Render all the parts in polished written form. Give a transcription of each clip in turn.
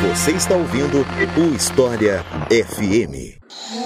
Você está ouvindo o História FM.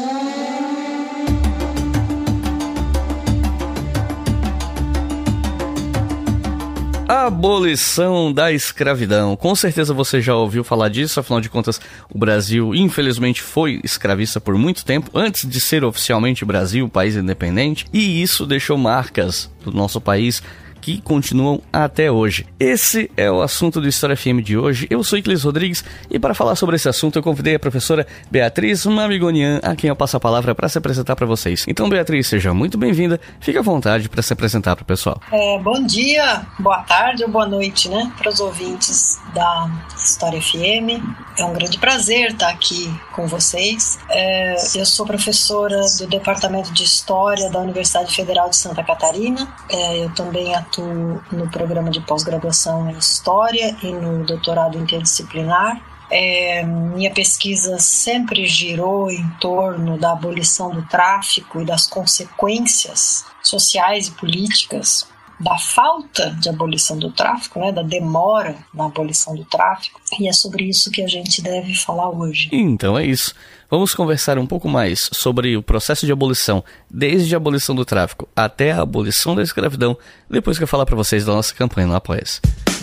Abolição da escravidão. Com certeza você já ouviu falar disso, afinal de contas, o Brasil, infelizmente, foi escravista por muito tempo, antes de ser oficialmente Brasil, país independente, e isso deixou marcas do nosso país que continuam até hoje. Esse é o assunto do História FM de hoje. Eu sou Iclis Rodrigues e para falar sobre esse assunto eu convidei a professora Beatriz Mamigonian, a quem eu passo a palavra para se apresentar para vocês. Então, Beatriz, seja muito bem-vinda. Fique à vontade para se apresentar para o pessoal. Bom dia, boa tarde ou boa noite, né, para os ouvintes da História FM. É um grande prazer estar aqui com vocês. Eu sou professora do Departamento de História da Universidade Federal de Santa Catarina. Eu também atuo no programa de pós-graduação em História e no doutorado interdisciplinar. Minha pesquisa sempre girou em torno da abolição do tráfico e das consequências sociais e políticas da falta de abolição do tráfico, né, da demora na abolição do tráfico, e é sobre isso que a gente deve falar hoje. Então é isso. Vamos conversar um pouco mais sobre o processo de abolição, desde a abolição do tráfico até a abolição da escravidão, depois que eu falar para vocês da nossa campanha no Apoia-se.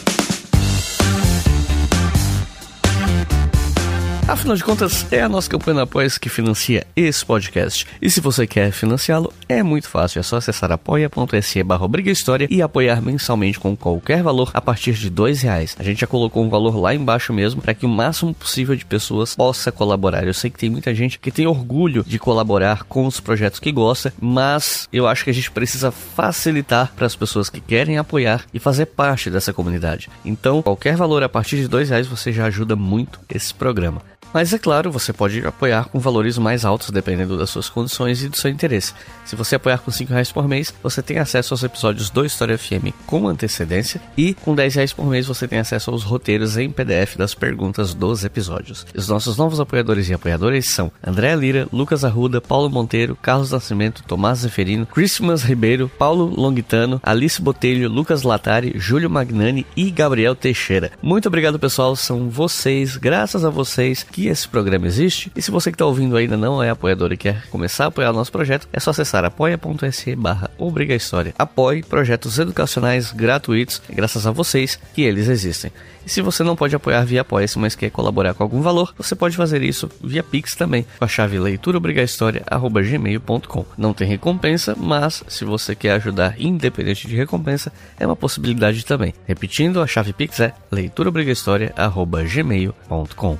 Afinal de contas, é a nossa campanha no Apoia-se que financia esse podcast. E se você quer financiá-lo, é muito fácil. É só acessar apoia.se/obrigahistoria e apoiar mensalmente com qualquer valor a partir de R$2. A gente já colocou um valor lá embaixo mesmo para que o máximo possível de pessoas possa colaborar. Eu sei que tem muita gente que tem orgulho de colaborar com os projetos que gosta, mas eu acho que a gente precisa facilitar para as pessoas que querem apoiar e fazer parte dessa comunidade. Então, qualquer valor a partir de R$2 você já ajuda muito esse programa. Mas é claro, você pode apoiar com valores mais altos, dependendo das suas condições e do seu interesse. Se você apoiar com R$5 por mês, você tem acesso aos episódios do História FM com antecedência, e com R$10 por mês você tem acesso aos roteiros em PDF das perguntas dos episódios. Os nossos novos apoiadores e apoiadoras são André Lira, Lucas Arruda, Paulo Monteiro, Carlos Nascimento, Tomás Zeferino, Christmas Ribeiro, Paulo Longitano, Alice Botelho, Lucas Latari, Júlio Magnani e Gabriel Teixeira. Muito obrigado, pessoal, são vocês, graças a vocês, que esse programa existe. E se você que está ouvindo ainda não é apoiador e quer começar a apoiar o nosso projeto, é só acessar apoia.se/obrigahistoria. Apoie projetos educacionais gratuitos, graças a vocês que eles existem. E se você não pode apoiar via Apoia-se, mas quer colaborar com algum valor, você pode fazer isso via Pix também, com a chave leituraobrigahistoria@gmail.com. Não tem recompensa, mas se você quer ajudar independente de recompensa, é uma possibilidade também. Repetindo, a chave Pix é leituraobrigahistoria@gmail.com.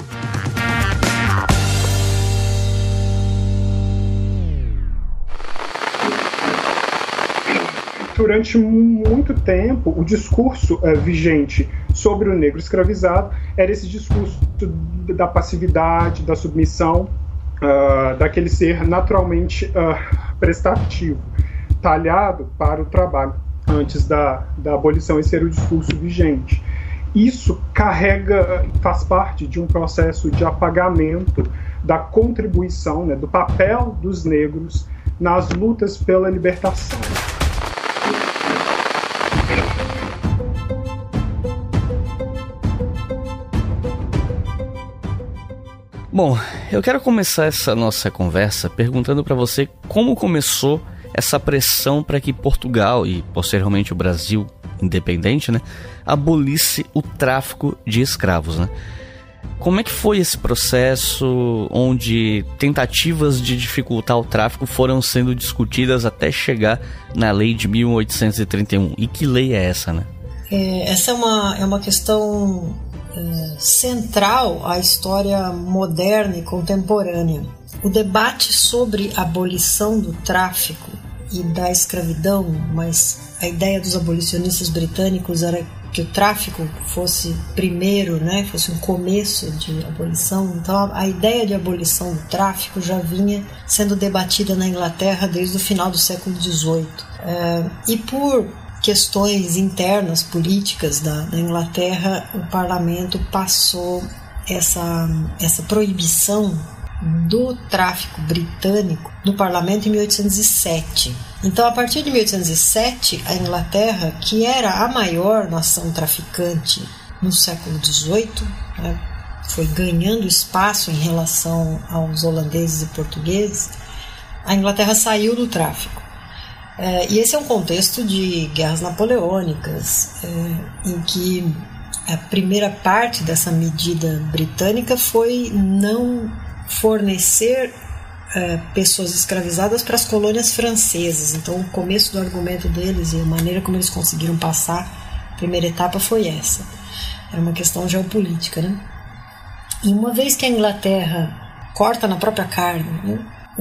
Durante muito tempo, o discurso vigente sobre o negro escravizado era esse discurso da passividade, da submissão, daquele ser naturalmente prestativo, talhado para o trabalho, antes da abolição. Esse era o discurso vigente. Isso faz parte de um processo de apagamento da contribuição, né, do papel dos negros nas lutas pela libertação. Bom, eu quero começar essa nossa conversa perguntando para você como começou essa pressão para que Portugal e posteriormente o Brasil independente, né, abolisse o tráfico de escravos, né? Como é que foi esse processo onde tentativas de dificultar o tráfico foram sendo discutidas até chegar na lei de 1831? E que lei é essa, né? Essa é uma questão central à história moderna e contemporânea. O debate sobre a abolição do tráfico e da escravidão, mas a ideia dos abolicionistas britânicos era que o tráfico fosse primeiro, né, fosse um começo de abolição. Então a ideia de abolição do tráfico já vinha sendo debatida na Inglaterra desde o final do século XVIII. E por questões internas, políticas da Inglaterra, o parlamento passou essa proibição do tráfico britânico no parlamento em 1807. Então, a partir de 1807, a Inglaterra, que era a maior nação traficante no século XVIII, né, foi ganhando espaço em relação aos holandeses e portugueses, a Inglaterra saiu do tráfico. E esse é um contexto de guerras napoleônicas, em que a primeira parte dessa medida britânica foi não fornecer pessoas escravizadas para as colônias francesas. Então, o começo do argumento deles e a maneira como eles conseguiram passar a primeira etapa foi essa. Era uma questão geopolítica, né? E uma vez que a Inglaterra corta na própria carne, né,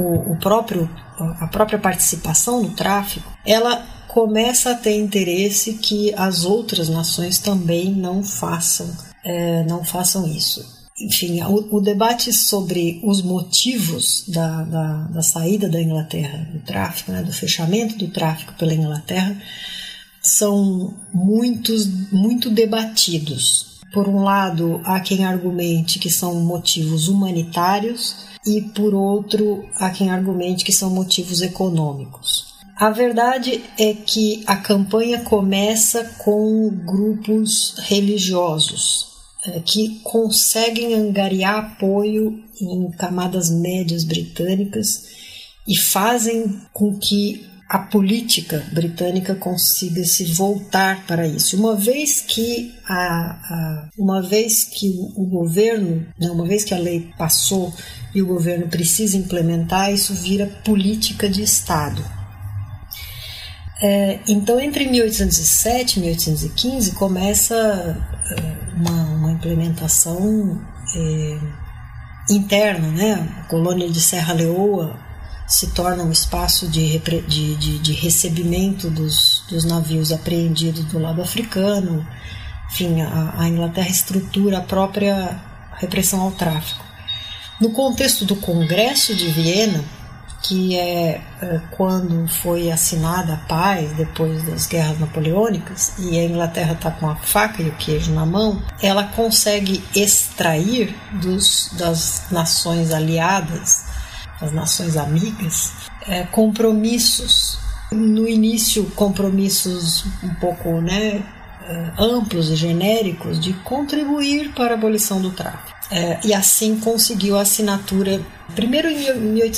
a própria participação no tráfico, ela começa a ter interesse que as outras nações também não façam isso. Enfim, o debate sobre os motivos da saída da Inglaterra do tráfico, né, do fechamento do tráfico pela Inglaterra, são muito debatidos. Por um lado, há quem argumente que são motivos humanitários e, por outro, há quem argumente que são motivos econômicos. A verdade é que a campanha começa com grupos religiosos que conseguem angariar apoio em camadas médias britânicas e fazem com que a política britânica consiga se voltar para isso. Uma vez que o governo, uma vez que a lei passou e o governo precisa implementar, isso vira política de Estado. Então, entre 1807 e 1815 começa uma implementação interna, né? A colônia de Serra Leoa se torna um espaço de recebimento dos navios apreendidos do lado africano. Enfim, a Inglaterra estrutura a própria repressão ao tráfico. No contexto do Congresso de Viena, que é quando foi assinada a paz depois das guerras napoleônicas, e a Inglaterra está com a faca e o queijo na mão, ela consegue extrair das nações aliadas, as nações amigas, compromissos. No início, compromissos um pouco amplos e genéricos de contribuir para a abolição do tráfico. E assim conseguiu a assinatura. Primeiro, em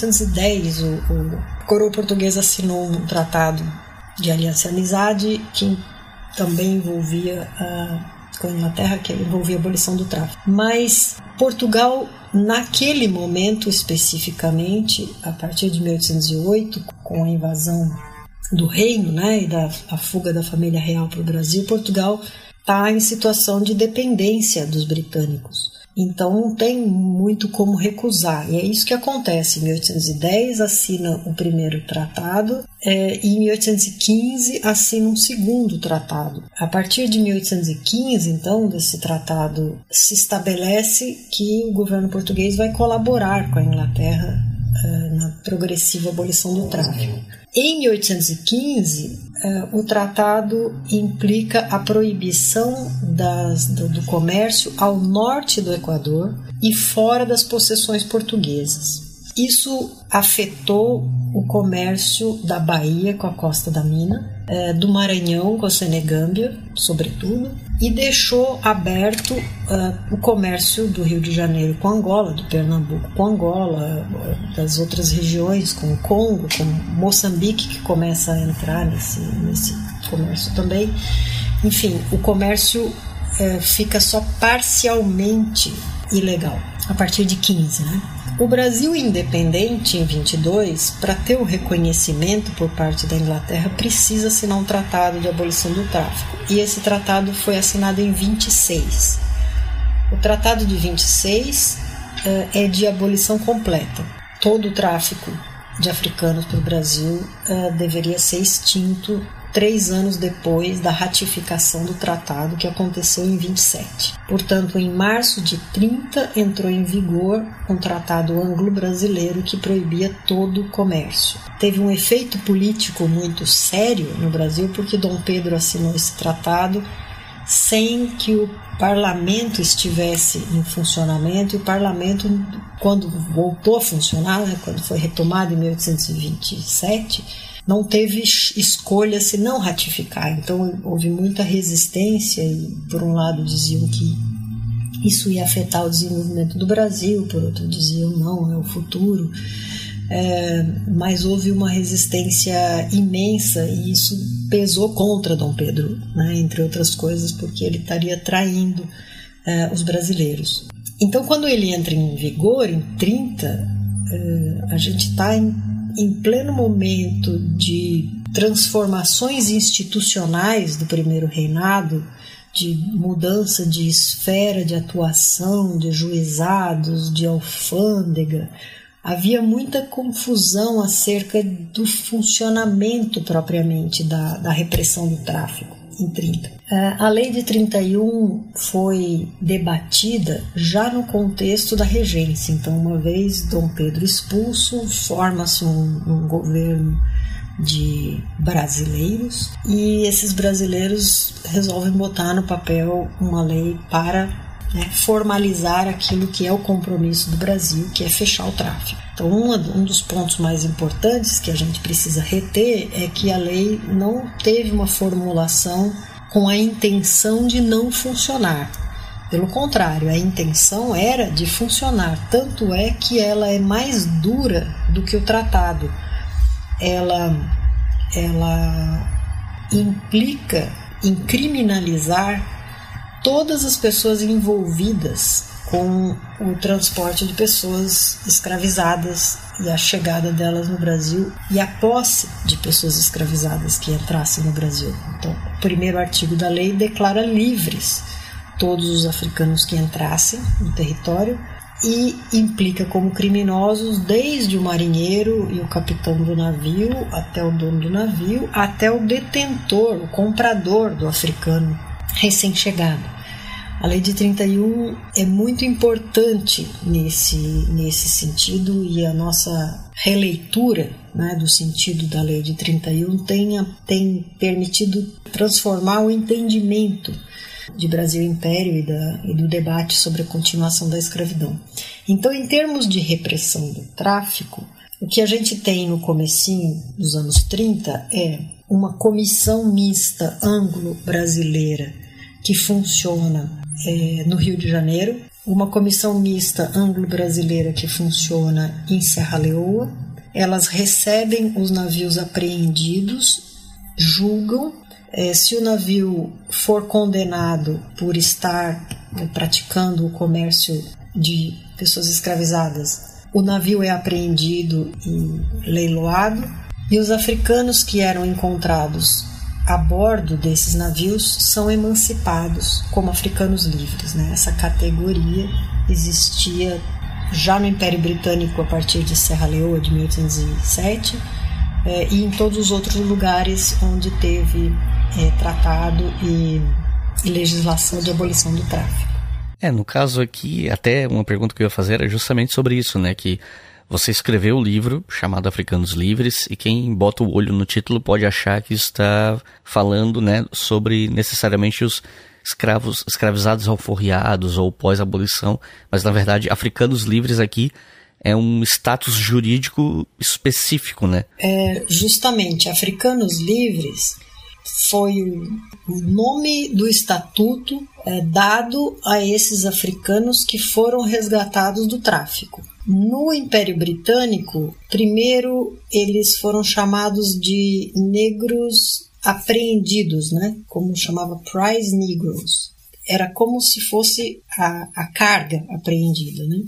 1810, a coroa portuguesa assinou um tratado de aliança e amizade que também envolvia com a Inglaterra, que envolvia a abolição do tráfico. Mas Portugal, naquele momento especificamente, a partir de 1808, com a invasão do reino, e a fuga da família real para o Brasil, Portugal está em situação de dependência dos britânicos. Então não tem muito como recusar. E é isso que acontece. Em 1810 assina o primeiro tratado e em 1815 assina um segundo tratado. A partir de 1815, então, desse tratado, se estabelece que o governo português vai colaborar com a Inglaterra na progressiva abolição do tráfico. Em 1815, o tratado implica a proibição do comércio ao norte do Equador e fora das possessões portuguesas. Isso afetou o comércio da Bahia com a Costa da Mina, do Maranhão com a Senegâmbia, sobretudo, e deixou aberto o comércio do Rio de Janeiro com Angola, do Pernambuco com Angola, das outras regiões com o Congo, com Moçambique, que começa a entrar nesse comércio também. Enfim, o comércio fica só parcialmente ilegal a partir de 15, O Brasil independente, em 22, para ter o reconhecimento por parte da Inglaterra, precisa assinar um tratado de abolição do tráfico. E esse tratado foi assinado em 26. O tratado de 26 é de abolição completa. Todo o tráfico de africanos para o Brasil deveria ser extinto 3 anos depois da ratificação do tratado, que aconteceu em 27. Portanto, em março de 30 entrou em vigor um tratado anglo-brasileiro que proibia todo o comércio. Teve um efeito político muito sério no Brasil, porque Dom Pedro assinou esse tratado sem que o parlamento estivesse em funcionamento, e o parlamento, quando voltou a funcionar, quando foi retomado em 1827, não teve escolha se não ratificar. Então houve muita resistência e, por um lado, diziam que isso ia afetar o desenvolvimento do Brasil, por outros diziam não, é o futuro. Mas houve uma resistência imensa e isso pesou contra Dom Pedro, né, entre outras coisas, porque ele estaria traindo os brasileiros. Então, quando ele entra em vigor, em 30, a gente está em pleno momento de transformações institucionais do primeiro reinado, de mudança de esfera de atuação, de juizados, de alfândega. Havia muita confusão acerca do funcionamento propriamente da repressão do tráfico em 30. A lei de 31 foi debatida já no contexto da regência. Então, uma vez Dom Pedro expulso, forma-se um governo de brasileiros e esses brasileiros resolvem botar no papel uma lei para formalizar aquilo que é o compromisso do Brasil, que é fechar o tráfico. Então, um dos pontos mais importantes que a gente precisa reter é que a lei não teve uma formulação com a intenção de não funcionar. Pelo contrário, a intenção era de funcionar, tanto é que ela é mais dura do que o tratado. Ela implica em criminalizar todas as pessoas envolvidas com o transporte de pessoas escravizadas e a chegada delas no Brasil e a posse de pessoas escravizadas que entrassem no Brasil. Então, o primeiro artigo da lei declara livres todos os africanos que entrassem no território e implica como criminosos desde o marinheiro e o capitão do navio, até o dono do navio, até o detentor, o comprador do africano recém-chegado. A lei de 31 é muito importante nesse sentido e a nossa releitura, né, do sentido da lei de 31 tem permitido transformar o entendimento de Brasil Império e do debate sobre a continuação da escravidão. Então, em termos de repressão do tráfico, o que a gente tem no comecinho dos anos 30 é uma comissão mista anglo-brasileira que funciona no Rio de Janeiro, uma comissão mista anglo-brasileira que funciona em Serra Leoa. Elas recebem os navios apreendidos, julgam. Se o navio for condenado por estar praticando o comércio de pessoas escravizadas, o navio é apreendido e leiloado, e os africanos que eram encontrados a bordo desses navios são emancipados como africanos livres, né? Essa categoria existia já no Império Britânico a partir de Serra Leoa, de 1807, e em todos os outros lugares onde teve tratado e legislação de abolição do tráfico. No caso aqui, até uma pergunta que eu ia fazer era justamente sobre isso, né? Que você escreveu o livro chamado Africanos Livres e quem bota o olho no título pode achar que está falando, né, sobre necessariamente os escravizados alforriados ou pós-abolição, mas na verdade Africanos Livres aqui é um status jurídico específico, né? Justamente, Africanos Livres foi o nome do estatuto dado a esses africanos que foram resgatados do tráfico. No Império Britânico, primeiro eles foram chamados de negros apreendidos, né? Como chamava Prize Negroes. Era como se fosse a carga apreendida, né?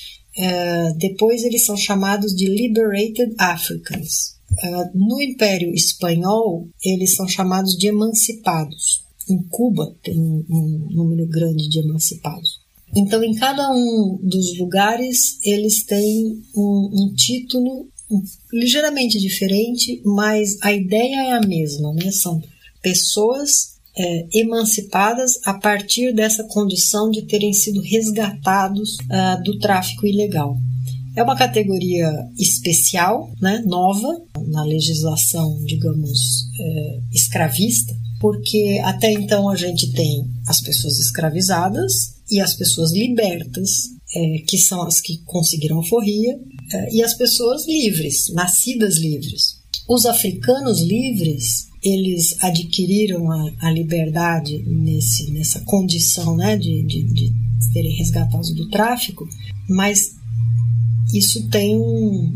Depois eles são chamados de Liberated Africans. No Império Espanhol, eles são chamados de emancipados. Em Cuba tem um número grande de emancipados. Então, em cada um dos lugares, eles têm um título ligeiramente diferente, mas a ideia é a mesma, né? São pessoas emancipadas a partir dessa condição de terem sido resgatados do tráfico ilegal. É uma categoria especial, né, nova, na legislação, digamos, escravista, porque até então a gente tem as pessoas escravizadas e as pessoas libertas, que são as que conseguiram alforria, e as pessoas livres, nascidas livres. Os africanos livres, eles adquiriram a liberdade nessa condição, né, de serem resgatados do tráfico, mas isso tem um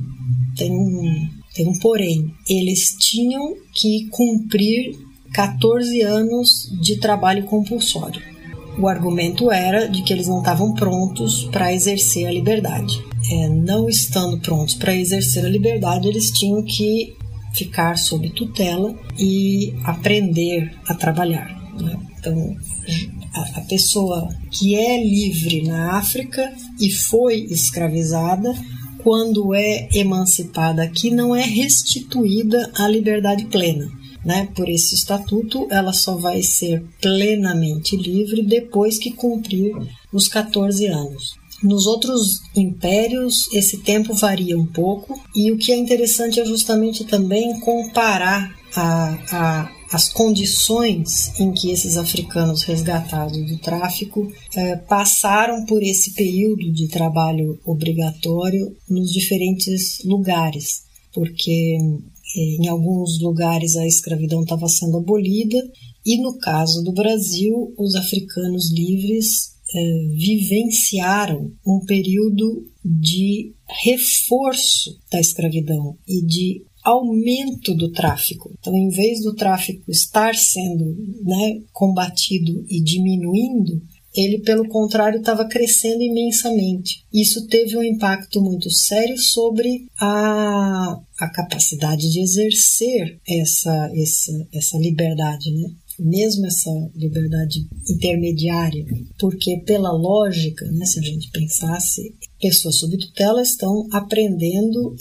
porém. Eles tinham que cumprir 14 anos de trabalho compulsório. O argumento era de que eles não estavam prontos para exercer a liberdade. Não estando prontos para exercer a liberdade, eles tinham que ficar sob tutela e aprender a trabalhar, né? Então, a pessoa que é livre na África e foi escravizada, quando é emancipada aqui, não é restituída à liberdade plena, né? Por esse estatuto, ela só vai ser plenamente livre depois que cumprir os 14 anos. Nos outros impérios, esse tempo varia um pouco, e o que é interessante é justamente também comparar as condições em que esses africanos resgatados do tráfico passaram por esse período de trabalho obrigatório nos diferentes lugares, porque em alguns lugares a escravidão estava sendo abolida, e no caso do Brasil, os africanos livres vivenciaram um período de reforço da escravidão e de aumento do tráfico. Então, em vez do tráfico estar sendo, né, combatido e diminuindo, ele, pelo contrário, estava crescendo imensamente. Isso teve um impacto muito sério sobre a capacidade de exercer essa liberdade, né? Mesmo essa liberdade intermediária, porque pela lógica, né, se a gente pensasse, pessoas sob tutela estão aprendendo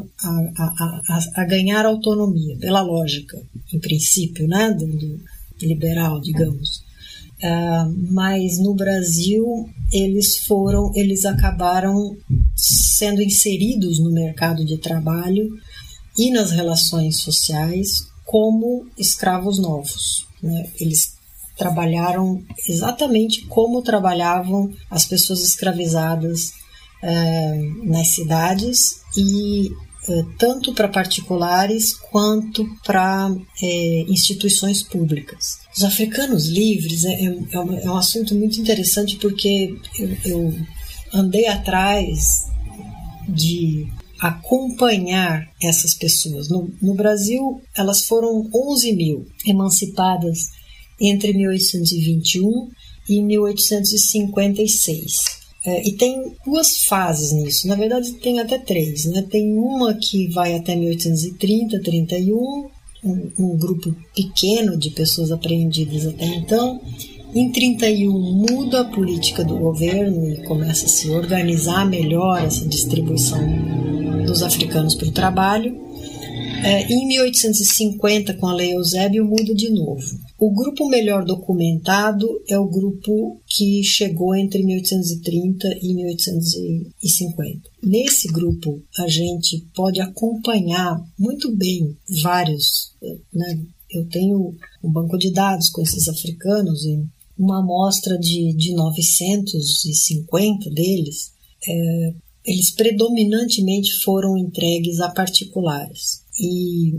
a ganhar autonomia, pela lógica, em princípio, né, do liberal, digamos. Mas no Brasil eles acabaram sendo inseridos no mercado de trabalho e nas relações sociais como escravos novos, né? Eles trabalharam exatamente como trabalhavam as pessoas escravizadas nas cidades, e tanto para particulares quanto para instituições públicas. Os africanos livres é um assunto muito interessante, porque eu andei atrás de acompanhar essas pessoas. No Brasil, elas foram 11 mil emancipadas entre 1821 e 1856. E tem duas fases nisso, na verdade tem até três, né? Tem uma que vai até 1830, 31, um grupo pequeno de pessoas apreendidas até então. Em 31 muda a política do governo e começa a se organizar melhor essa distribuição dos africanos para o trabalho. Em 1850, com a Lei Eusébio, muda de novo. O grupo melhor documentado é o grupo que chegou entre 1830 e 1850. Nesse grupo, a gente pode acompanhar muito bem vários, né? Eu tenho um banco de dados com esses africanos e uma amostra de 950 deles, eles predominantemente foram entregues a particulares. E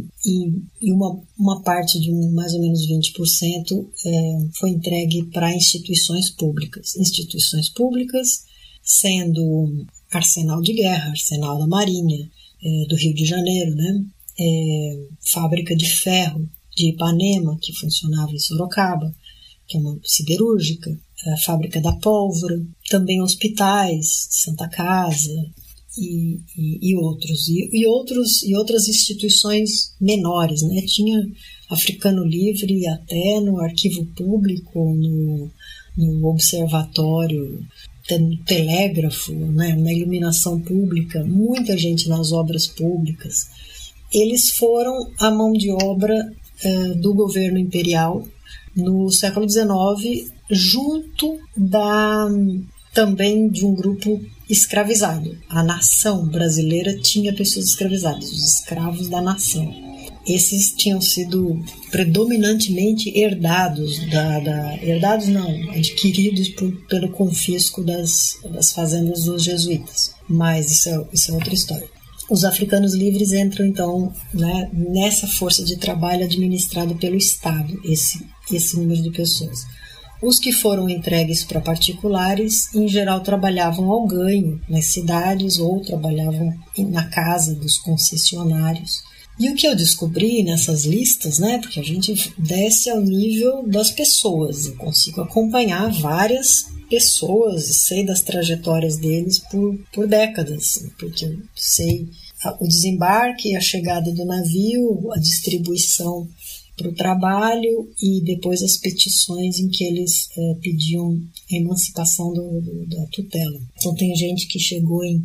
uma parte de mais ou menos 20% foi entregue para instituições públicas. Instituições públicas sendo Arsenal de Guerra, Arsenal da Marinha, do Rio de Janeiro, né? Fábrica de Ferro de Ipanema, que funcionava em Sorocaba, que é uma siderúrgica, a Fábrica da Pólvora, também hospitais, Santa Casa e outros. E outras instituições menores, né? Tinha Africano Livre até no Arquivo Público, no Observatório, no Telégrafo, né? Na iluminação pública, muita gente nas obras públicas. Eles foram a mão de obra do governo imperial no século XIX, junto também de um grupo escravizado. A nação brasileira tinha pessoas escravizadas, os escravos da nação. Esses tinham sido predominantemente adquiridos pelo confisco das fazendas dos jesuítas. Mas isso é outra história. Os africanos livres entram, então, né, nessa força de trabalho administrada pelo Estado, esse número de pessoas. Os que foram entregues para particulares, em geral, trabalhavam ao ganho nas cidades ou trabalhavam na casa dos concessionários. E o que eu descobri nessas listas, né, porque a gente desce ao nível das pessoas, eu consigo acompanhar várias pessoas e sei das trajetórias deles por décadas, porque eu sei o desembarque, a chegada do navio, a distribuição para o trabalho e depois as petições em que eles pediam a emancipação da tutela. Então tem gente que chegou em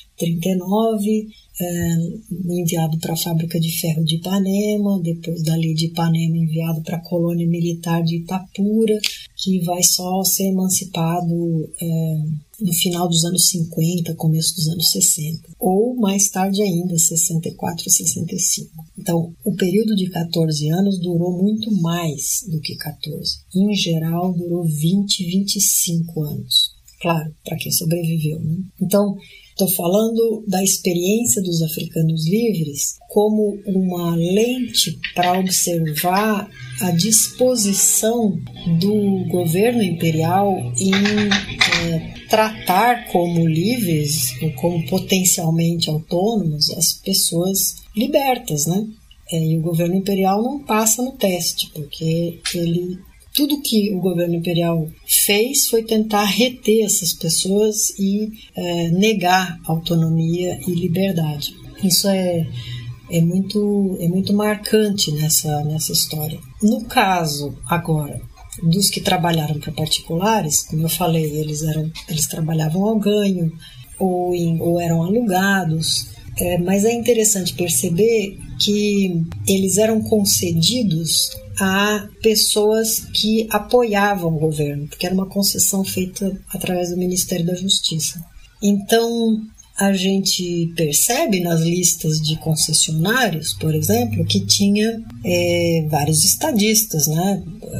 39, enviado para a fábrica de ferro de Ipanema, depois dali de Ipanema enviado para a colônia militar de Itapura, que vai só ser emancipado no final dos anos 50, começo dos anos 60, ou mais tarde ainda, 64 e 65. Então, o período de 14 anos durou muito mais do que 14. Em geral, durou 20, 25 anos. Claro, para quem sobreviveu, né? Então, estou falando da experiência dos africanos livres como uma lente para observar a disposição do governo imperial em tratar como livres ou como potencialmente autônomos as pessoas libertas, né? E o governo imperial não passa no teste, porque tudo que o governo imperial fez foi tentar reter essas pessoas e negar autonomia e liberdade. Isso é muito marcante nessa história. No caso, agora, dos que trabalharam para particulares, como eu falei, eles trabalhavam ao ganho ou eram alugados, mas é interessante perceber que eles eram concedidos a pessoas que apoiavam o governo, porque era uma concessão feita através do Ministério da Justiça. Então, a gente percebe nas listas de concessionários, por exemplo, que tinha vários estadistas, né?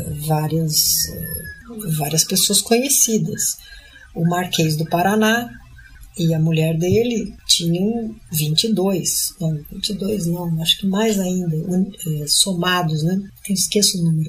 Várias pessoas conhecidas. O Marquês do Paraná e a mulher dele tinham 22 não, acho que mais ainda, somados, né? Eu esqueço o número.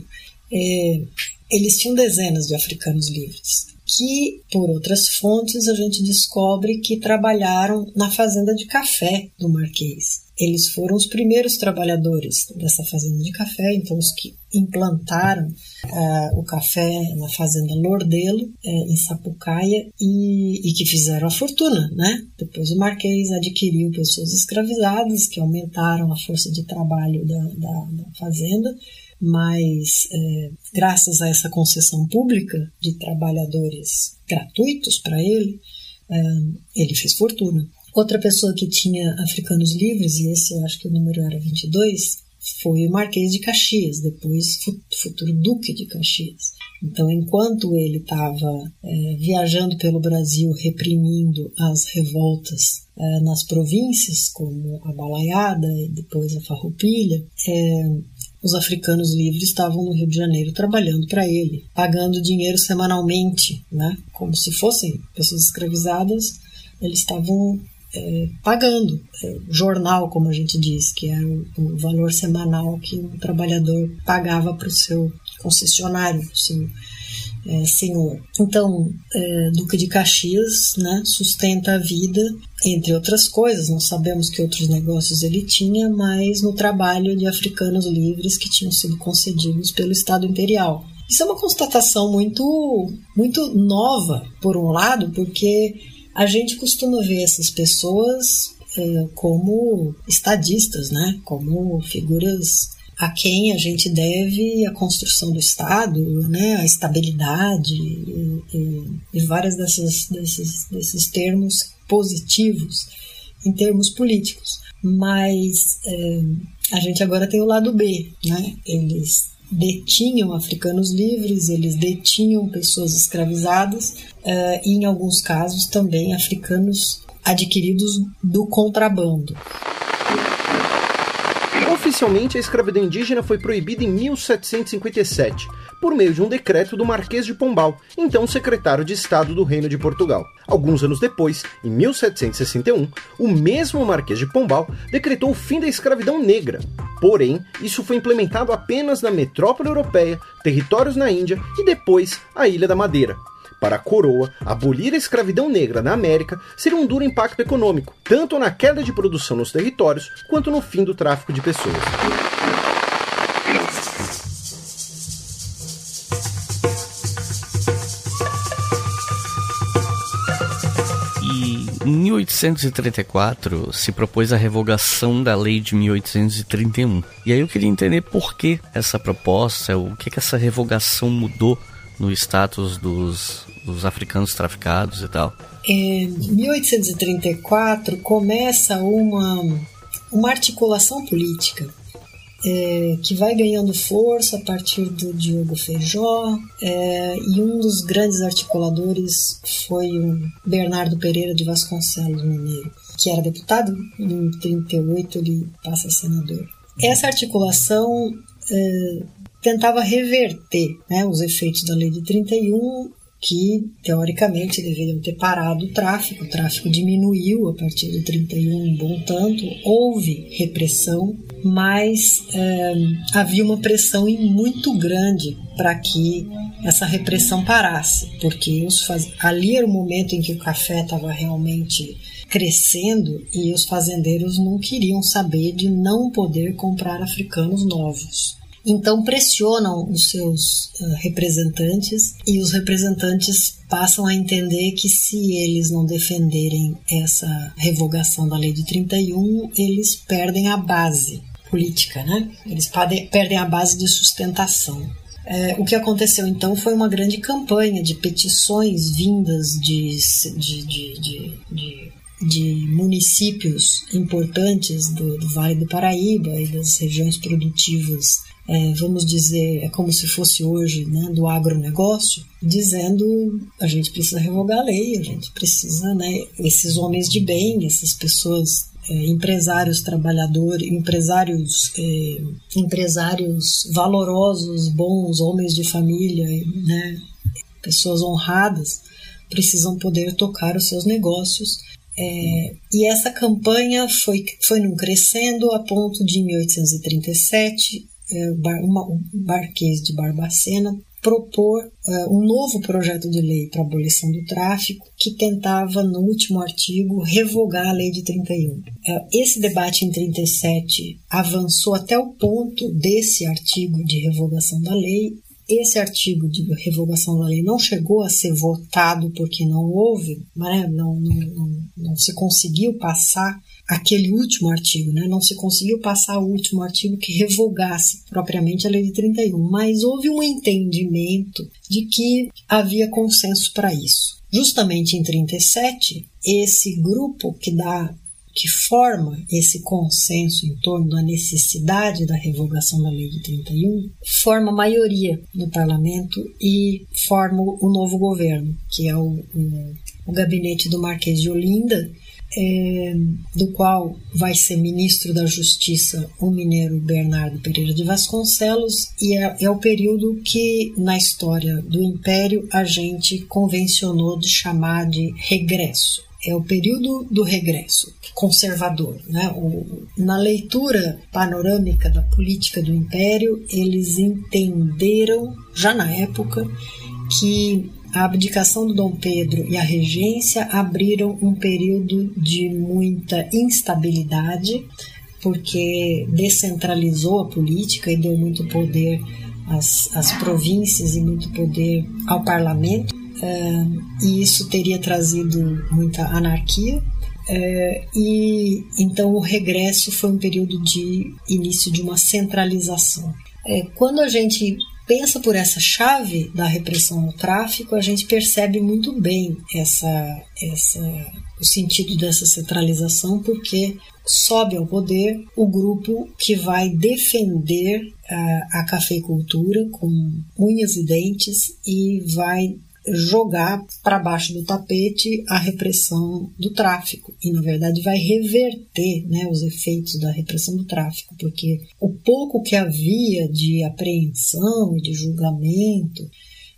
Eles tinham dezenas de africanos livres, que, por outras fontes, a gente descobre que trabalharam na fazenda de café do Marquês. Eles foram os primeiros trabalhadores dessa fazenda de café, então os que implantaram o café na fazenda Lordelo, em Sapucaia, e que fizeram a fortuna, né? Depois o Marquês adquiriu pessoas escravizadas, que aumentaram a força de trabalho da fazenda, mas graças a essa concessão pública de trabalhadores gratuitos para ele fez fortuna. Outra pessoa que tinha africanos livres, e esse eu acho que o número era 22, foi o Marquês de Caxias, depois futuro Duque de Caxias. Então, enquanto ele estava viajando pelo Brasil, reprimindo as revoltas nas províncias, como a Balaiada e depois a Farroupilha, os africanos livres estavam no Rio de Janeiro trabalhando para ele, pagando dinheiro semanalmente, né? Como se fossem pessoas escravizadas, eles estavam pagando jornal, como a gente diz, que era o valor semanal que o trabalhador pagava para o seu concessionário, para o seu senhor. Então, Duque de Caxias, né, sustenta a vida, entre outras coisas, não sabemos que outros negócios ele tinha, mas no trabalho de africanos livres que tinham sido concedidos pelo Estado Imperial. Isso é uma constatação muito, muito nova, por um lado, porque a gente costuma ver essas pessoas como estadistas, né? Como figuras a quem a gente deve a construção do Estado, né? A estabilidade e vários desses termos positivos em termos políticos. Mas a gente agora tem o lado B, né? Eles detinham africanos livres, eles detinham pessoas escravizadas e, em alguns casos, também africanos adquiridos do contrabando. Oficialmente, a escravidão indígena foi proibida em 1757, por meio de um decreto do Marquês de Pombal, então secretário de Estado do Reino de Portugal. Alguns anos depois, em 1761, o mesmo Marquês de Pombal decretou o fim da escravidão negra. Porém, isso foi implementado apenas na metrópole europeia, territórios na Índia e depois a Ilha da Madeira. Para a coroa, abolir a escravidão negra na América seria um duro impacto econômico, tanto na queda de produção nos territórios, quanto no fim do tráfico de pessoas. Em 1834 se propôs a revogação da lei de 1831. E aí eu queria entender por que essa proposta, o que essa revogação mudou no status dos africanos traficados e tal. Em 1834 começa uma articulação política que vai ganhando força a partir do Diogo Feijó, e um dos grandes articuladores foi o Bernardo Pereira de Vasconcelos Mineiro, que era deputado. Em 38 ele passa a senador. Essa articulação tentava reverter, né, os efeitos da lei de 31, que teoricamente deveriam ter parado o tráfico. O tráfico diminuiu a partir de 31 um bom tanto, houve repressão, mas havia uma pressão muito grande para que essa repressão parasse, porque ali era o momento em que o café estava realmente crescendo e os fazendeiros não queriam saber de não poder comprar africanos novos. Então pressionam os seus representantes, e os representantes passam a entender que se eles não defenderem essa revogação da lei de 31, eles perdem a base política, né? Eles perdem a base de sustentação. O que aconteceu então foi uma grande campanha de petições vindas de municípios importantes do Vale do Paraíba e das regiões produtivas, vamos dizer, é como se fosse hoje, né, do agronegócio, dizendo: a gente precisa revogar a lei, a gente precisa, né, esses homens de bem, essas pessoas, empresários trabalhadores, empresários valorosos, bons, homens de família, né, pessoas honradas, precisam poder tocar os seus negócios. E essa campanha foi num crescendo a ponto de, em 1837, o Marquês de Barbacena propor um novo projeto de lei para a abolição do tráfico, que tentava, no último artigo, revogar a lei de 31. Esse debate em 37 avançou até o ponto desse artigo de revogação da lei. Esse artigo de revogação da lei não chegou a ser votado porque não houve, né, não se conseguiu passar aquele último artigo, né, não se conseguiu passar o último artigo que revogasse propriamente a lei de 31, mas houve um entendimento de que havia consenso para isso. Justamente em 37, esse grupo que forma esse consenso em torno da necessidade da revogação da lei de 31, forma maioria no parlamento e forma o novo governo, que é o gabinete do Marquês de Olinda, do qual vai ser ministro da Justiça o mineiro Bernardo Pereira de Vasconcelos, e é o período que na história do Império a gente convencionou de chamar de regresso. É o período do regresso conservador, né? Na leitura panorâmica da política do Império, eles entenderam, já na época, que a abdicação do Dom Pedro e a regência abriram um período de muita instabilidade, porque descentralizou a política e deu muito poder às províncias e muito poder ao parlamento. E isso teria trazido muita anarquia, e então o regresso foi um período de início de uma centralização. Quando a gente pensa por essa chave da repressão ao tráfico, a gente percebe muito bem o sentido dessa centralização, porque sobe ao poder o grupo que vai defender a cafeicultura com unhas e dentes e vai jogar para baixo do tapete a repressão do tráfico e, na verdade, vai reverter, né, os efeitos da repressão do tráfico, porque o pouco que havia de apreensão e de julgamento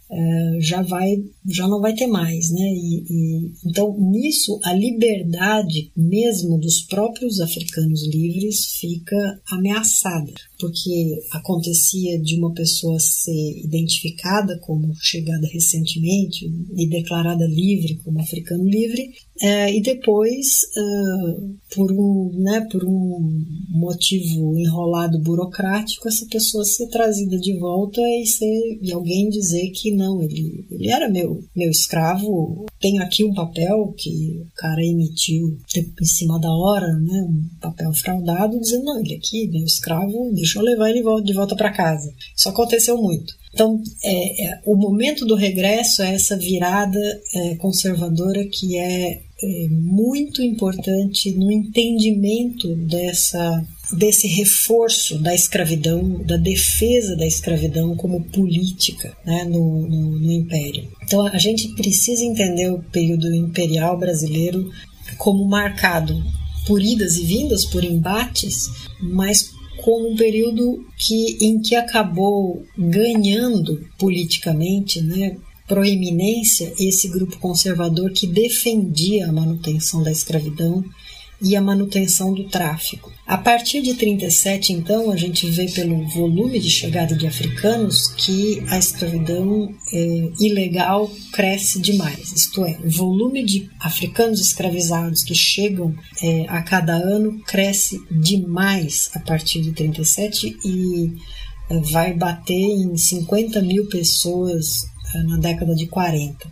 já não vai ter mais, né? Então, nisso, a liberdade mesmo dos próprios africanos livres fica ameaçada, porque acontecia de uma pessoa ser identificada como chegada recentemente e declarada livre como africano livre, e depois, por um motivo enrolado burocrático, essa pessoa ser trazida de volta e alguém dizer que não, ele era meu escravo, tenho aqui um papel que o cara emitiu em cima da hora, né, um papel fraudado, dizendo, não, ele aqui, meu escravo, deixa eu levar ele de volta para casa. Isso aconteceu muito. Então, o momento do regresso é essa virada conservadora que é muito importante no entendimento desse reforço da escravidão, da defesa da escravidão como política, né, no Império. Então, a gente precisa entender o período imperial brasileiro como marcado por idas e vindas, por embates, mas como um período em que acabou ganhando politicamente, né, proeminência esse grupo conservador que defendia a manutenção da escravidão e a manutenção do tráfico. A partir de 1937, então, a gente vê pelo volume de chegada de africanos que a escravidão ilegal cresce demais. Isto é, o volume de africanos escravizados que chegam a cada ano cresce demais a partir de 1937 e vai bater em 50 mil pessoas na década de 40.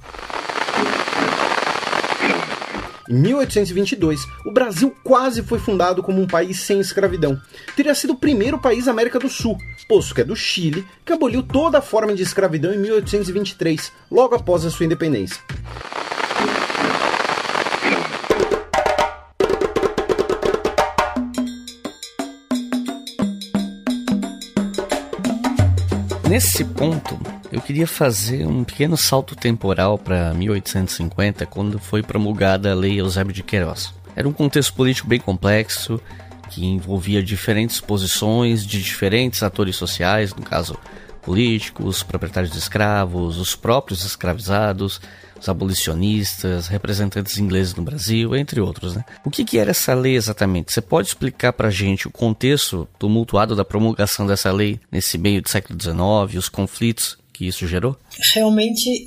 Em 1822, o Brasil quase foi fundado como um país sem escravidão. Teria sido o primeiro país da América do Sul, posto que é do Chile, que aboliu toda a forma de escravidão em 1823, logo após a sua independência. Nesse ponto, eu queria fazer um pequeno salto temporal para 1850, quando foi promulgada a Lei Eusébio de Queiroz. Era um contexto político bem complexo, que envolvia diferentes posições de diferentes atores sociais, no caso políticos, proprietários de escravos, os próprios escravizados, os abolicionistas, representantes ingleses no Brasil, entre outros, né? O que era essa lei exatamente? Você pode explicar pra gente o contexto tumultuado da promulgação dessa lei nesse meio do século XIX, os conflitos que isso gerou? Realmente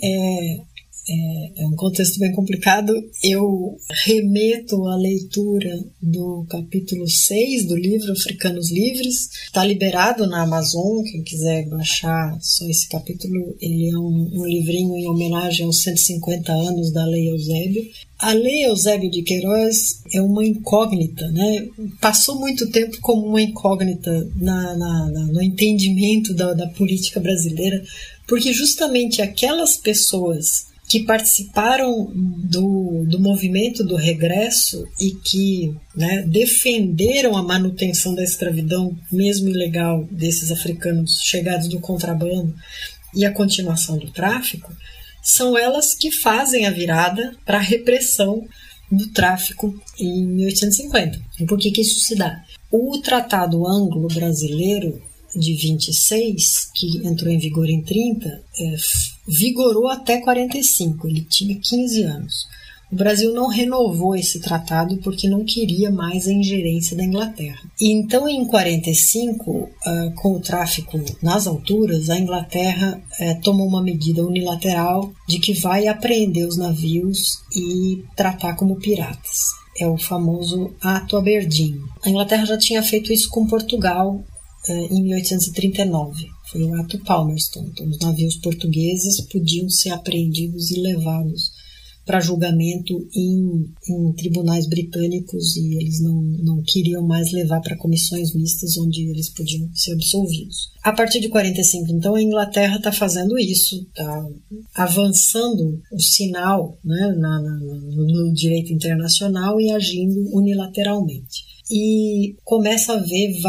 é um contexto bem complicado. Eu remeto à leitura do capítulo 6 do livro Africanos Livres. Está liberado na Amazon, quem quiser baixar só esse capítulo. Ele é um livrinho em homenagem aos 150 anos da Lei Eusébio. A Lei Eusébio de Queiroz é uma incógnita, né? Passou muito tempo como uma incógnita no entendimento da política brasileira, porque justamente aquelas pessoas que participaram do movimento do regresso e que, né, defenderam a manutenção da escravidão, mesmo ilegal, desses africanos chegados do contrabando e a continuação do tráfico, são elas que fazem a virada para a repressão do tráfico em 1850. E por que isso se dá? O Tratado Anglo-Brasileiro de 26, que entrou em vigor em 30, vigorou até 45, ele tinha 15 anos. O Brasil não renovou esse tratado porque não queria mais a ingerência da Inglaterra. E então, em 45, com o tráfico nas alturas, a Inglaterra tomou uma medida unilateral de que vai apreender os navios e tratar como piratas. É o famoso Ato Aberdeen. A Inglaterra já tinha feito isso com Portugal em 1839. Foi o Ato Palmerston. Então, os navios portugueses podiam ser apreendidos e levados para julgamento em tribunais britânicos, e eles não queriam mais levar para comissões mistas onde eles podiam ser absolvidos. A partir de 45, então, a Inglaterra está fazendo isso, está avançando o sinal, né, no direito internacional e agindo unilateralmente. e começa a haver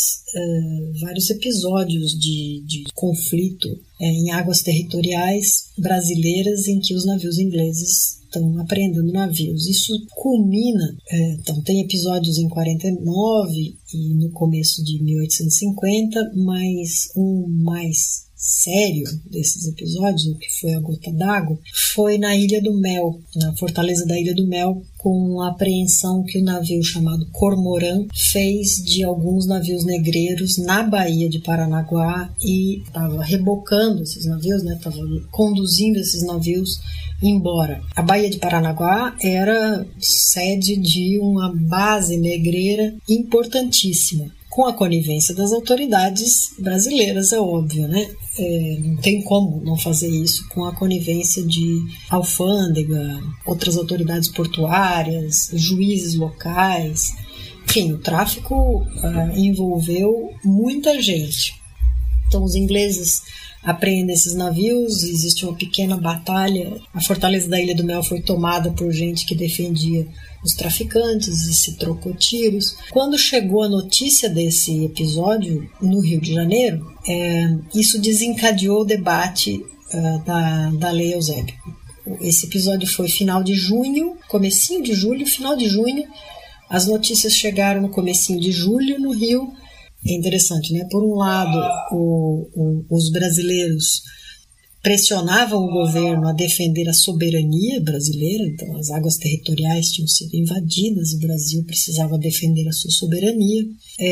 vários episódios de conflito em águas territoriais brasileiras em que os navios ingleses estão apreendendo navios. Isso culmina, então tem episódios em 49 e no começo de 1850, mas um mais sério desses episódios, o que foi a gota d'água, foi na Ilha do Mel, na fortaleza da Ilha do Mel, com a apreensão que o navio chamado Cormorã fez de alguns navios negreiros na Baía de Paranaguá e estava rebocando esses navios, estava conduzindo esses navios embora. A Baía de Paranaguá era sede de uma base negreira importantíssima, com a conivência das autoridades brasileiras, é óbvio, né? Não tem como não fazer isso com a conivência de alfândega, outras autoridades portuárias, juízes locais. Enfim, o tráfico envolveu muita gente. Então, os ingleses apreendem esses navios, existe uma pequena batalha. A fortaleza da Ilha do Mel foi tomada por gente que defendia os traficantes e se trocou tiros. Quando chegou a notícia desse episódio no Rio de Janeiro, isso desencadeou o debate da Lei Eusébio. Esse episódio foi final de junho, comecinho de julho, final de junho. As notícias chegaram no comecinho de julho no Rio. É interessante, né? Por um lado, os brasileiros pressionavam o governo a defender a soberania brasileira, então as águas territoriais tinham sido invadidas, o Brasil precisava defender a sua soberania,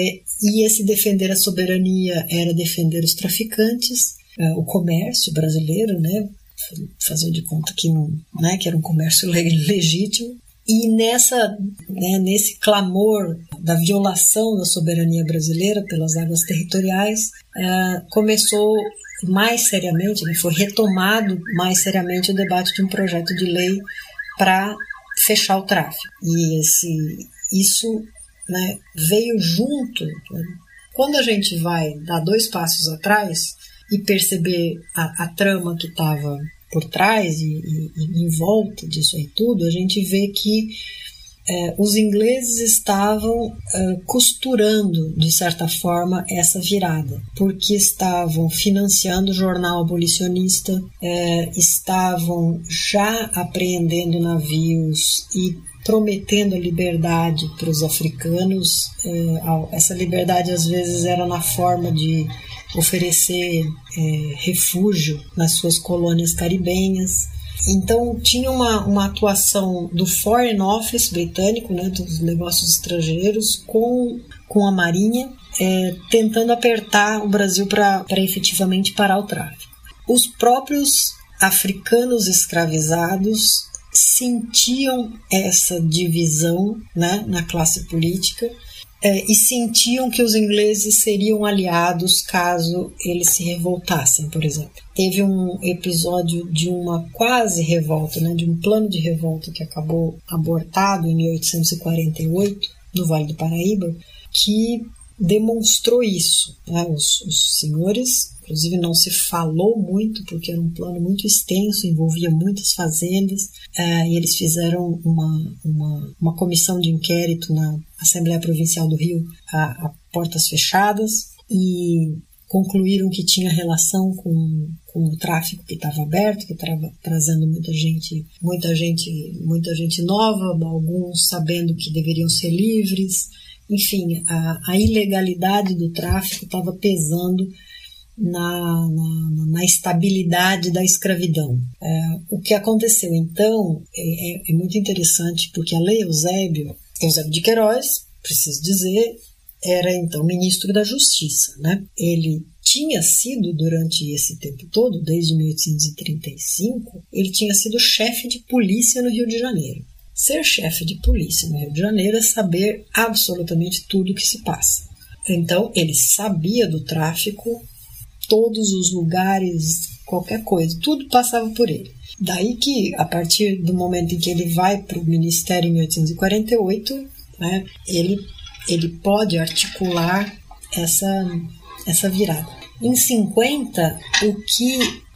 e esse defender a soberania era defender os traficantes, o comércio brasileiro, né? Fazer de conta que, que era um comércio legítimo. E nesse clamor da violação da soberania brasileira pelas águas territoriais, começou mais seriamente, foi retomado mais seriamente o debate de um projeto de lei para fechar o tráfico. E isso veio junto. Quando a gente vai dar 2 passos atrás e perceber a trama que estava por trás e em volta disso aí tudo, a gente vê que os ingleses estavam costurando, de certa forma, essa virada, porque estavam financiando o jornal abolicionista, estavam já apreendendo navios e prometendo a liberdade para os africanos. Essa liberdade, às vezes, era na forma de oferecer refúgio nas suas colônias caribenhas. Então tinha uma atuação do Foreign Office britânico, dos negócios estrangeiros, com a Marinha, tentando apertar o Brasil para efetivamente parar o tráfico. Os próprios africanos escravizados sentiam essa divisão, na classe política, e sentiam que os ingleses seriam aliados caso eles se revoltassem, por exemplo. Teve um episódio de uma quase revolta, de um plano de revolta que acabou abortado em 1848, no Vale do Paraíba, que demonstrou isso. Os senhores, inclusive não se falou muito, porque era um plano muito extenso, envolvia muitas fazendas, e eles fizeram uma comissão de inquérito na Assembleia Provincial do Rio a portas fechadas, e concluíram que tinha relação com o tráfico que estava aberto, que estava trazendo muita gente nova, alguns sabendo que deveriam ser livres. Enfim, a ilegalidade do tráfico estava pesando na estabilidade da escravidão. O que aconteceu então é muito interessante, porque a Lei Eusébio de Queiroz, preciso dizer, era então ministro da Justiça, Ele tinha sido, durante esse tempo todo, desde 1835, ele tinha sido chefe de polícia no Rio de Janeiro. Ser chefe de polícia no Rio de Janeiro é saber absolutamente tudo o que se passa. Então, ele sabia do tráfico, todos os lugares, qualquer coisa, tudo passava por ele. Daí que, a partir do momento em que ele vai para o Ministério em 1848, ele pode articular essa virada. Em 50, o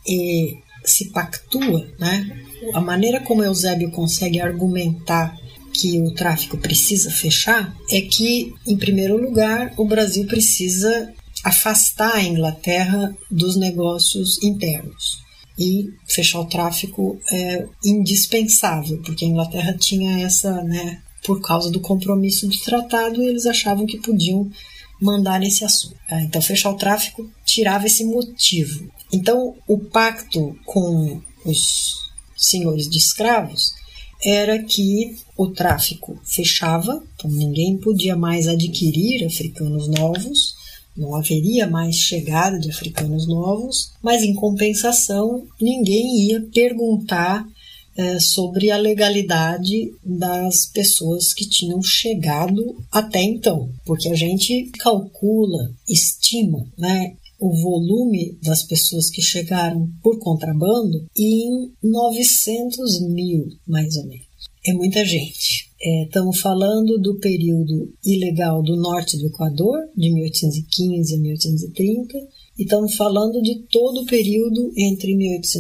que se pactua, a maneira como Eusébio consegue argumentar que o tráfico precisa fechar é que, em primeiro lugar, o Brasil precisa afastar a Inglaterra dos negócios internos. E fechar o tráfico é indispensável, porque a Inglaterra tinha essa, por causa do compromisso do tratado, eles achavam que podiam mandar nesse assunto. Então, fechar o tráfico tirava esse motivo. Então, o pacto com os senhores de escravos era que o tráfico fechava, então ninguém podia mais adquirir africanos novos, não haveria mais chegada de africanos novos, mas em compensação ninguém ia perguntar sobre a legalidade das pessoas que tinham chegado até então, porque a gente calcula, estima, o volume das pessoas que chegaram por contrabando em 900 mil, mais ou menos. É muita gente. Estamos falando do período ilegal do norte do Equador, de 1815 a 1830, e estamos falando de todo o período entre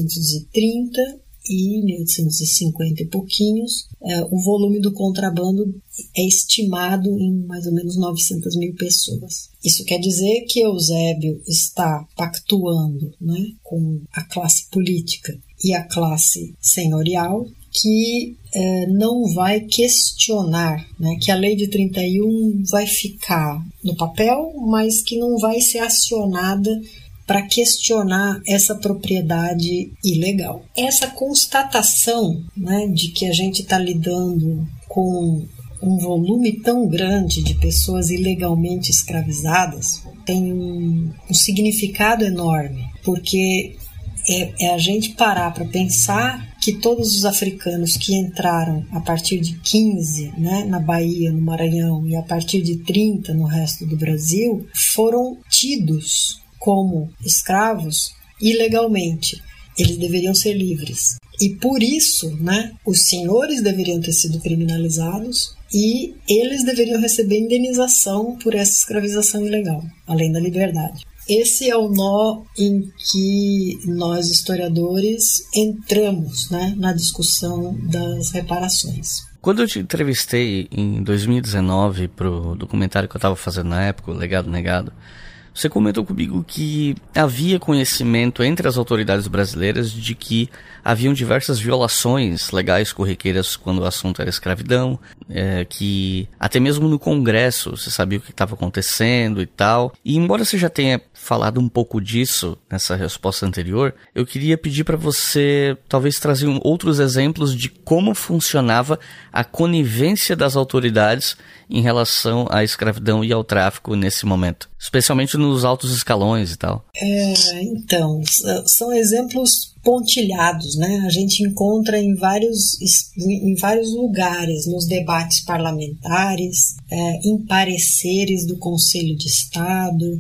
1830 e 1850 e pouquinhos. O volume do contrabando é estimado em mais ou menos 900 mil pessoas. Isso quer dizer que Eusébio está pactuando, com a classe política e a classe senhorial, que não vai questionar, que a lei de 31 vai ficar no papel, mas que não vai ser acionada para questionar essa propriedade ilegal. Essa constatação, de que a gente está lidando com um volume tão grande de pessoas ilegalmente escravizadas tem um significado enorme, porque é a gente parar para pensar que todos os africanos que entraram a partir de 15, na Bahia, no Maranhão, e a partir de 30 no resto do Brasil, foram tidos como escravos ilegalmente. Eles deveriam ser livres. E por isso, os senhores deveriam ter sido criminalizados e eles deveriam receber indenização por essa escravização ilegal, além da liberdade. Esse é o nó em que nós, historiadores, entramos na discussão das reparações. Quando eu te entrevistei em 2019 para o documentário que eu estava fazendo na época, o Legado Negado, você comentou comigo que havia conhecimento entre as autoridades brasileiras de que haviam diversas violações legais corriqueiras quando o assunto era escravidão, que até mesmo no Congresso você sabia o que estava acontecendo e tal. E embora você já tenha falado um pouco disso nessa resposta anterior, eu queria pedir para você talvez trazer outros exemplos de como funcionava a conivência das autoridades em relação à escravidão e ao tráfico nesse momento, especialmente nos altos escalões e tal. Então, são exemplos pontilhados, A gente encontra em vários lugares, nos debates parlamentares, em pareceres do Conselho de Estado,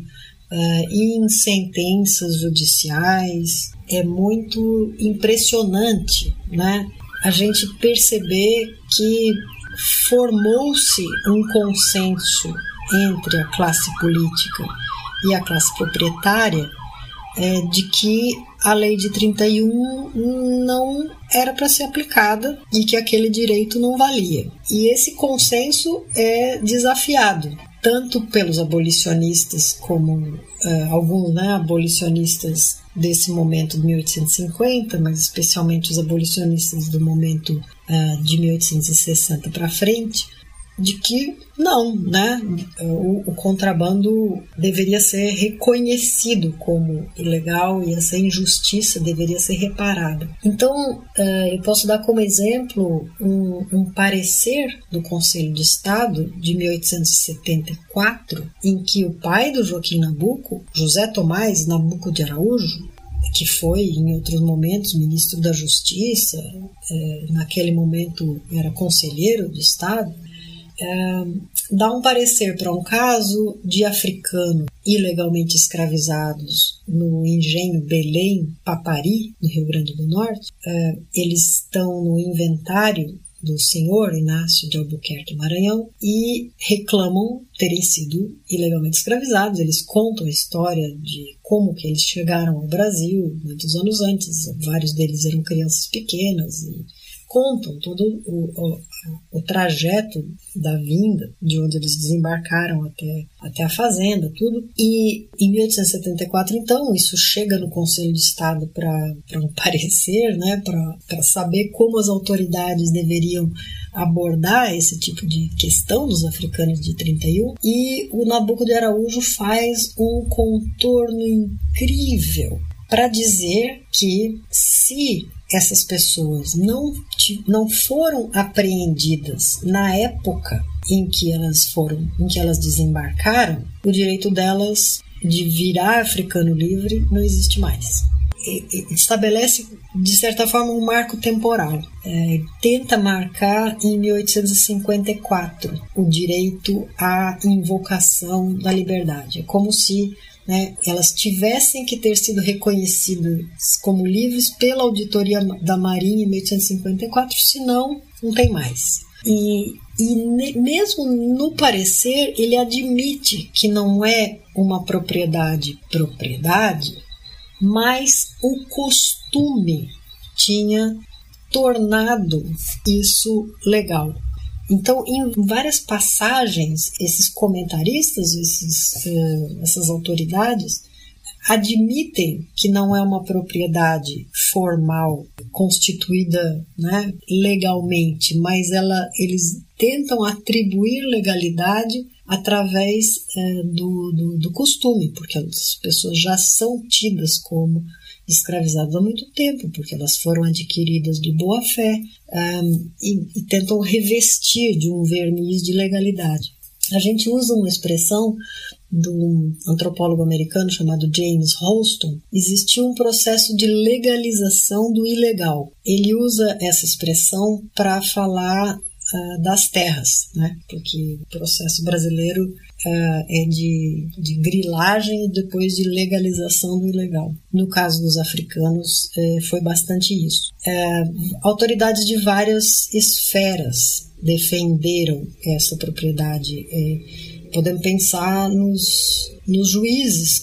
em sentenças judiciais. É muito impressionante, a gente perceber que formou-se um consenso entre a classe política e a classe proprietária de que a lei de 31 não era para ser aplicada e que aquele direito não valia. E esse consenso é desafiado, tanto pelos abolicionistas como alguns abolicionistas desse momento de 1850, mas especialmente os abolicionistas do momento de 1860 para frente, de que não, o contrabando deveria ser reconhecido como ilegal e essa injustiça deveria ser reparada. Então, eu posso dar como exemplo um parecer do Conselho de Estado de 1874, em que o pai do Joaquim Nabuco, José Tomás Nabuco de Araújo, que foi, em outros momentos, ministro da Justiça, naquele momento era conselheiro de Estado, dá um parecer para um caso de africanos ilegalmente escravizados no engenho Belém Papari, no Rio Grande do Norte. Eles estão no inventário do senhor Inácio de Albuquerque Maranhão e reclamam terem sido ilegalmente escravizados. Eles contam a história de como que eles chegaram ao Brasil muitos anos antes. Vários deles eram crianças pequenas e contam todo o trajeto da vinda, de onde eles desembarcaram até a fazenda, tudo. E em 1874, então, isso chega no Conselho de Estado para um parecer, né, para saber como as autoridades deveriam abordar esse tipo de questão dos africanos de 31, e o Nabuco de Araújo faz um contorno incrível para dizer que se essas pessoas não foram apreendidas na época em que elas desembarcaram, o direito delas de virar africano livre não existe mais. Estabelece, de certa forma, um marco temporal. Tenta marcar em 1854 o direito à invocação da liberdade. É como se, né, elas tivessem que ter sido reconhecidas como livres pela Auditoria da Marinha em 1854, senão não tem mais. E mesmo no parecer, ele admite que não é uma propriedade, mas o costume tinha tornado isso legal. Então, em várias passagens, esses comentaristas, essas autoridades, admitem que não é uma propriedade formal, constituída, né, legalmente, mas eles tentam atribuir legalidade através do costume, porque as pessoas já são tidas como escravizadas há muito tempo, porque elas foram adquiridas de boa fé, e tentam revestir de um verniz de legalidade. A gente usa uma expressão de um antropólogo americano chamado James Holston. Existiu um processo de legalização do ilegal. Ele usa essa expressão para falar das terras, né? Porque o processo brasileiro é de grilagem e depois de legalização do ilegal. No caso dos africanos, foi bastante isso. Autoridades de várias esferas defenderam essa propriedade. Podemos pensar nos juízes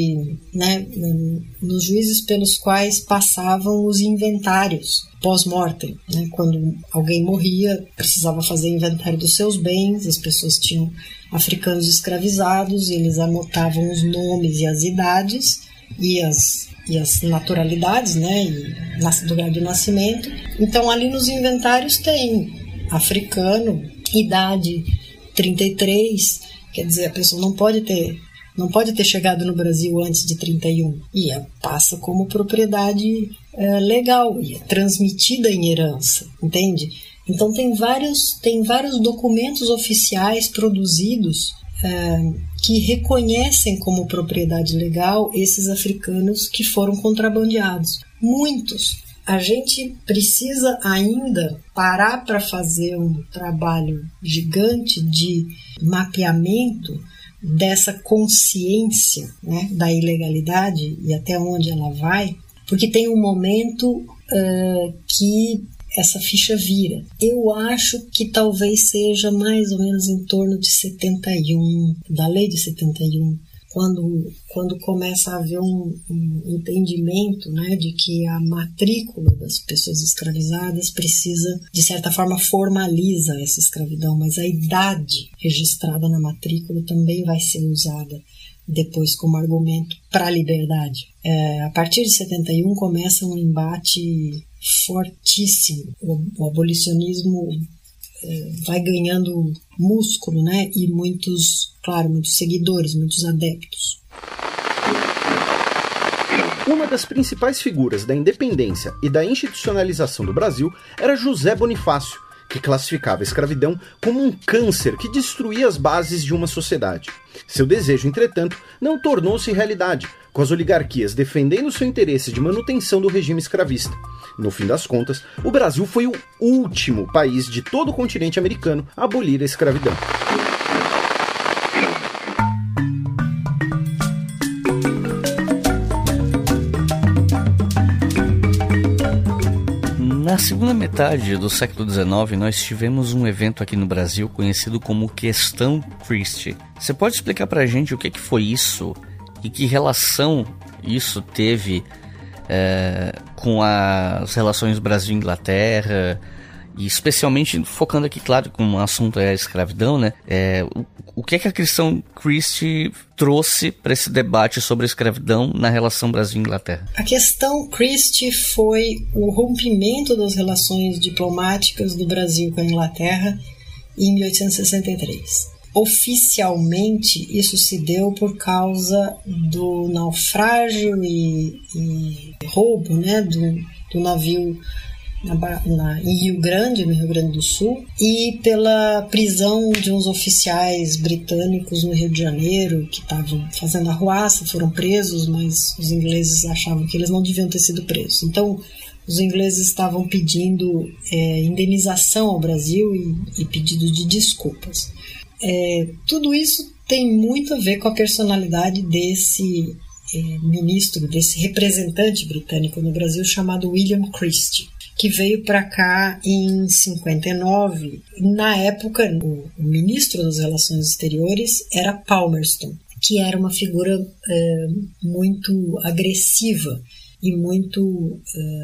nos juízes pelos quais passavam os inventários pós-mortem, né? Quando alguém morria, precisava fazer inventário dos seus bens, as pessoas tinham africanos escravizados, e eles anotavam os nomes e as idades e as naturalidades, né? E lugar de nascimento. Então, ali nos inventários tem africano, idade 33, quer dizer, a pessoa não pode ter chegado no Brasil antes de 31, e passa como propriedade legal, e é transmitida em herança, entende? Então tem vários documentos oficiais produzidos que reconhecem como propriedade legal esses africanos que foram contrabandeados. Muitos. A gente precisa ainda parar para fazer um trabalho gigante de mapeamento dessa consciência, né, da ilegalidade e até onde ela vai, porque tem um momento que essa ficha vira. Eu acho que talvez seja mais ou menos em torno de 71, da lei de 71, quando começa a haver um entendimento, né, de que a matrícula das pessoas escravizadas precisa, de certa forma, formaliza essa escravidão, mas a idade registrada na matrícula também vai ser usada depois como argumento para a liberdade. A partir de 71 começa um embate fortíssimo. O abolicionismo vai ganhando músculo, né? E muitos seguidores, muitos adeptos. Uma das principais figuras da independência e da institucionalização do Brasil era José Bonifácio, que classificava a escravidão como um câncer que destruía as bases de uma sociedade. Seu desejo, entretanto, não tornou-se realidade, com as oligarquias defendendo seu interesse de manutenção do regime escravista. No fim das contas, o Brasil foi o último país de todo o continente americano a abolir a escravidão. Na segunda metade do século XIX, nós tivemos um evento aqui no Brasil conhecido como Questão Christie. Você pode explicar pra gente o que foi isso e que relação isso teve com as relações Brasil-Inglaterra, E especialmente focando aqui, claro, como o assunto é a escravidão, né? O que é que a questão Christie trouxe para esse debate sobre a escravidão na relação Brasil-Inglaterra? A questão Christie foi o rompimento das relações diplomáticas do Brasil com a Inglaterra em 1863. Oficialmente, isso se deu por causa do naufrágio e roubo, né, do navio em Rio Grande, no Rio Grande do Sul, e pela prisão de uns oficiais britânicos no Rio de Janeiro que estavam fazendo arruaça, foram presos, mas os ingleses achavam que eles não deviam ter sido presos. Então, os ingleses estavam pedindo indenização ao Brasil e pedido de desculpas. Tudo isso tem muito a ver com a personalidade desse ministro, desse representante britânico no Brasil chamado William Christie, que veio para cá em 59. Na época, o ministro das Relações Exteriores era Palmerston, que era uma figura muito agressiva e muito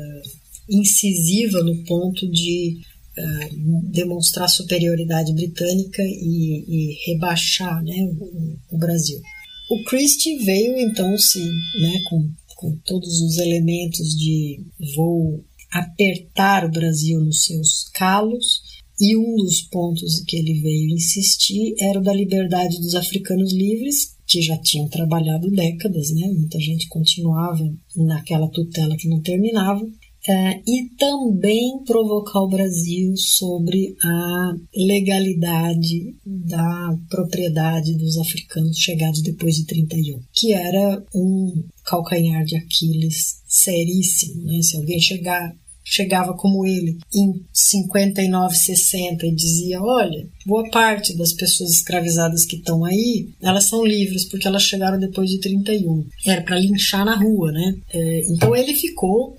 incisiva no ponto de demonstrar superioridade britânica e rebaixar, né, o Brasil. O Christie veio então com todos os elementos de vou apertar o Brasil nos seus calos, e um dos pontos que ele veio insistir era o da liberdade dos africanos livres, que já tinham trabalhado décadas, né? Muita gente continuava naquela tutela que não terminava. E também provocar o Brasil sobre a legalidade da propriedade dos africanos chegados depois de 31, que era um calcanhar de Aquiles seríssimo, né? Se alguém chegava como ele em 59, 60 e dizia, olha, boa parte das pessoas escravizadas que estão aí, elas são livres porque elas chegaram depois de 31. Era para linchar na rua, né? Então ele ficou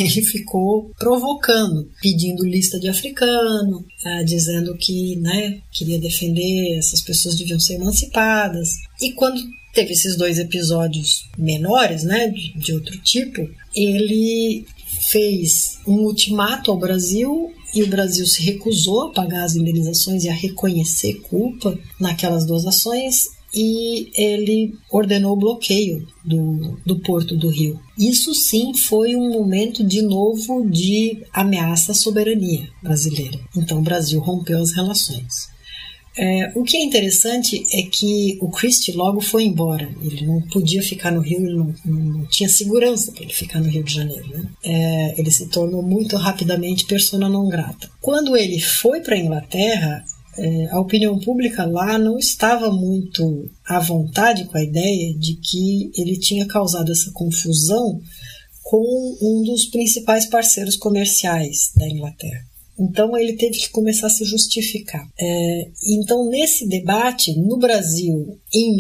provocando, pedindo lista de africano, dizendo que, né, queria defender, essas pessoas deviam ser emancipadas. E quando teve esses dois episódios menores, né, de outro tipo, ele fez um ultimato ao Brasil e o Brasil se recusou a pagar as indenizações e a reconhecer culpa naquelas duas ações, e ele ordenou o bloqueio do Porto do Rio. Isso sim foi um momento de novo de ameaça à soberania brasileira. Então o Brasil rompeu as relações. O que é interessante é que o Christie logo foi embora. Ele não podia ficar no Rio, ele não tinha segurança para ele ficar no Rio de Janeiro, né? Ele se tornou muito rapidamente persona non grata. Quando ele foi para a Inglaterra, a opinião pública lá não estava muito à vontade com a ideia de que ele tinha causado essa confusão com um dos principais parceiros comerciais da Inglaterra. Então ele teve que começar a se justificar. Então nesse debate, no Brasil, em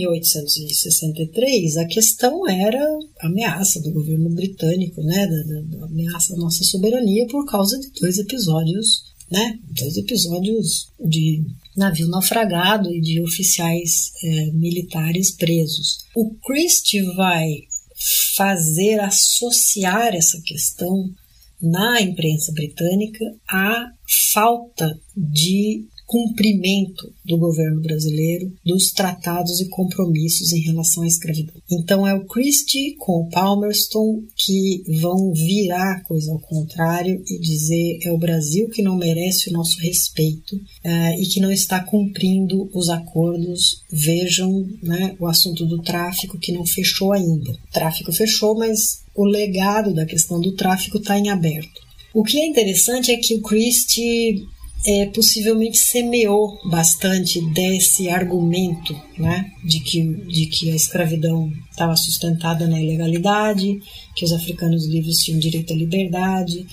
1863, a questão era a ameaça do governo britânico, né, da ameaça à nossa soberania por causa de dois episódios, né, de navio naufragado e de oficiais militares presos. O Christie vai fazer associar essa questão na imprensa britânica a falta de cumprimento do governo brasileiro dos tratados e compromissos em relação à escravidão. Então é o Christie com o Palmerston que vão virar a coisa ao contrário e dizer é o Brasil que não merece o nosso respeito e que não está cumprindo os acordos. Vejam, né, o assunto do tráfico que não fechou ainda. O tráfico fechou, mas o legado da questão do tráfico está em aberto. O que é interessante é que o Christie possivelmente semeou bastante desse argumento, né, de que a escravidão estava sustentada na ilegalidade, que os africanos livres tinham direito à liberdade,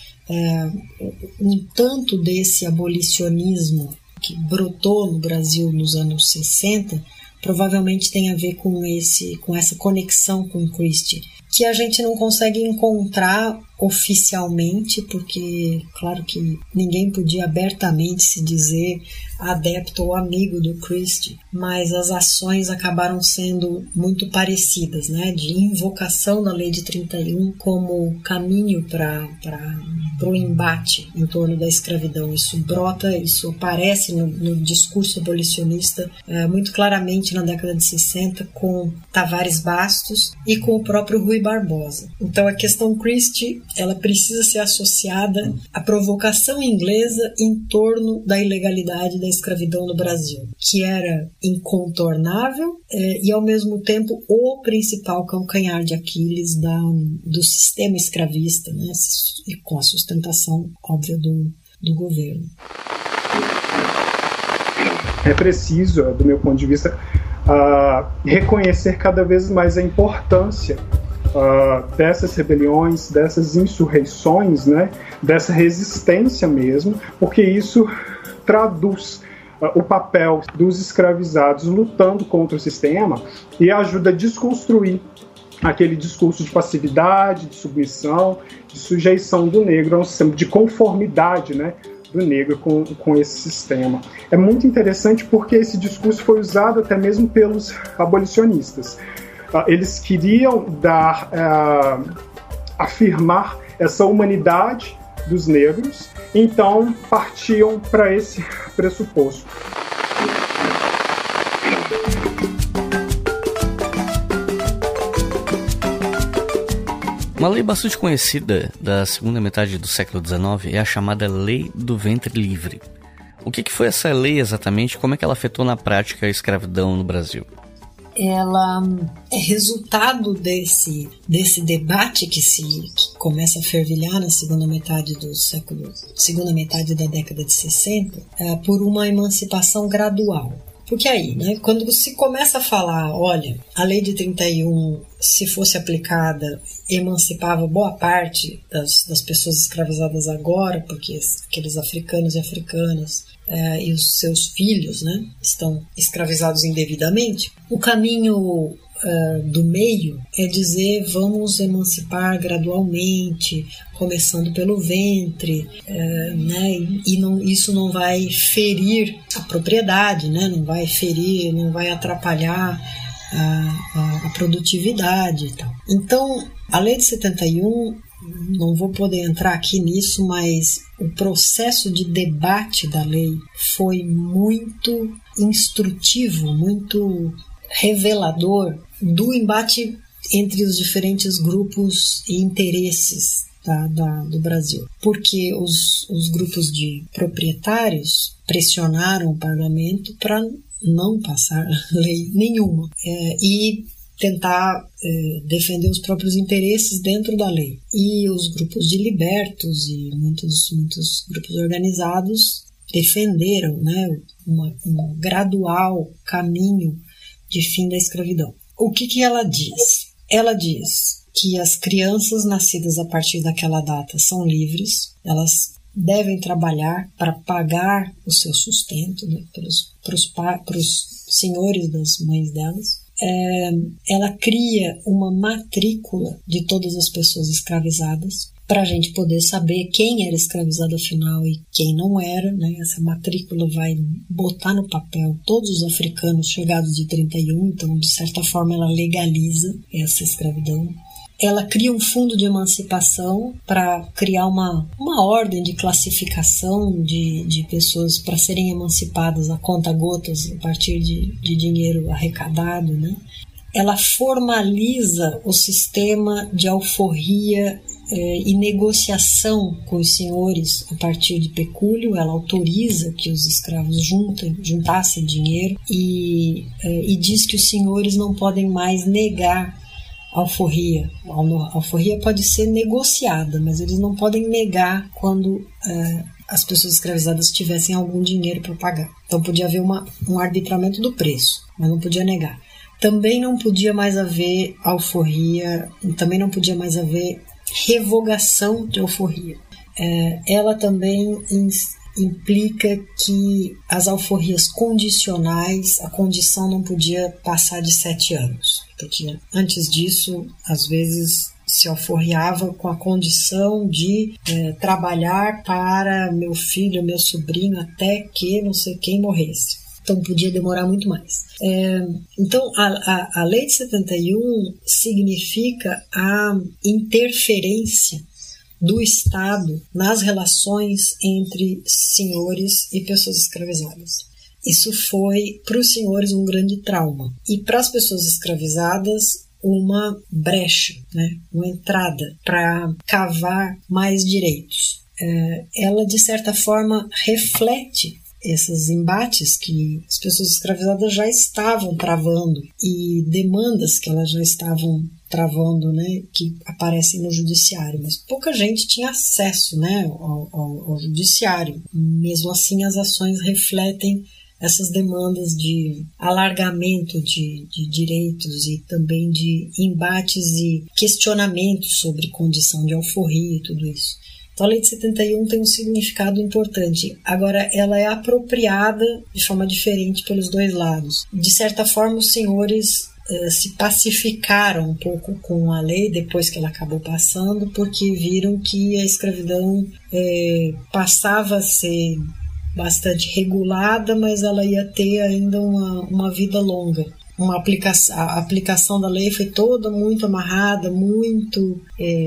um tanto desse abolicionismo que brotou no Brasil nos anos 60, provavelmente tem a ver com essa conexão com Christie, que a gente não consegue encontrar oficialmente, porque claro que ninguém podia abertamente se dizer adepto ou amigo do Christie, mas as ações acabaram sendo muito parecidas, né, de invocação da Lei de 31 como caminho para o embate em torno da escravidão. Isso aparece no discurso abolicionista muito claramente na década de 60 com Tavares Bastos e com o próprio Rui Barbosa. Então a questão Christie, ela precisa ser associada à provocação inglesa em torno da ilegalidade da escravidão no Brasil, que era incontornável e ao mesmo tempo o principal calcanhar de Aquiles do sistema escravista, né, e com a sustentação óbvia do governo. É preciso, do meu ponto de vista, reconhecer cada vez mais a importância dessas rebeliões, dessas insurreições, né, dessa resistência mesmo, porque isso traduz o papel dos escravizados lutando contra o sistema e ajuda a desconstruir aquele discurso de passividade, de submissão, de sujeição do negro a um sistema, de conformidade, né, do negro com esse sistema. É muito interessante porque esse discurso foi usado até mesmo pelos abolicionistas. Eles queriam afirmar essa humanidade dos negros, então partiam para esse pressuposto. Uma lei bastante conhecida da segunda metade do século XIX é a chamada Lei do Ventre Livre. O que foi essa lei exatamente e como é que ela afetou na prática a escravidão no Brasil? Ela é resultado desse debate que começa a fervilhar na segunda metade da década de 60, por uma emancipação gradual. Porque aí, né, quando se começa a falar, olha, a Lei de 31, se fosse aplicada, emancipava boa parte das pessoas escravizadas agora, porque aqueles africanos e africanas e os seus filhos, né, estão escravizados indevidamente, o caminho do meio é dizer vamos emancipar gradualmente, começando pelo ventre, né, e isso não vai ferir a propriedade, né, não vai ferir, não vai atrapalhar a produtividade e tal. Então, a Lei de 71, não vou poder entrar aqui nisso, mas o processo de debate da lei foi muito instrutivo, muito revelador do embate entre os diferentes grupos e interesses do Brasil. Porque os grupos de proprietários pressionaram o parlamento para não passar lei nenhuma e tentar defender os próprios interesses dentro da lei. E os grupos de libertos e muitos grupos organizados defenderam, né, um gradual caminho de fim da escravidão. O que ela diz? Ela diz que as crianças nascidas a partir daquela data são livres, elas devem trabalhar para pagar o seu sustento, né, para os senhores das mães delas. Ela cria uma matrícula de todas as pessoas escravizadas para a gente poder saber quem era escravizado afinal e quem não era, né? Essa matrícula vai botar no papel todos os africanos chegados de 31, então de certa forma ela legaliza essa escravidão. Ela cria um fundo de emancipação para criar uma ordem de classificação de pessoas para serem emancipadas a conta-gotas a partir de dinheiro arrecadado, né? Ela formaliza o sistema de alforria e negociação com os senhores a partir de pecúlio. Ela autoriza que os escravos juntassem dinheiro e diz que os senhores não podem mais negar alforria. A alforria pode ser negociada, mas eles não podem negar quando as pessoas escravizadas tivessem algum dinheiro para pagar. Então podia haver um arbitramento do preço, mas não podia negar. Também não podia mais haver alforria, também não podia mais haver revogação de alforria. Ela também implica que as alforrias condicionais, a condição não podia passar de 7 anos. Porque antes disso, às vezes, se alforriava com a condição de trabalhar para meu filho, meu sobrinho, até que não sei quem morresse. Então podia demorar muito mais. Então a Lei de 71 significa a interferência do Estado nas relações entre senhores e pessoas escravizadas. Isso foi para os senhores um grande trauma. E para as pessoas escravizadas, uma brecha, né? Uma entrada para cavar mais direitos. Ela, de certa forma, reflete esses embates que as pessoas escravizadas já estavam travando e demandas que elas já estavam travando, né, que aparecem no judiciário, mas pouca gente tinha acesso, né, ao judiciário. Mesmo assim, as ações refletem essas demandas de alargamento de direitos e também de embates e questionamentos sobre condição de alforria e tudo isso. Então, a Lei de 71 tem um significado importante. Agora, ela é apropriada de forma diferente pelos dois lados. De certa forma, os senhores se pacificaram um pouco com a lei depois que ela acabou passando, porque viram que a escravidão passava a ser bastante regulada, mas ela ia ter ainda uma vida longa. A aplicação da lei foi toda muito amarrada, muito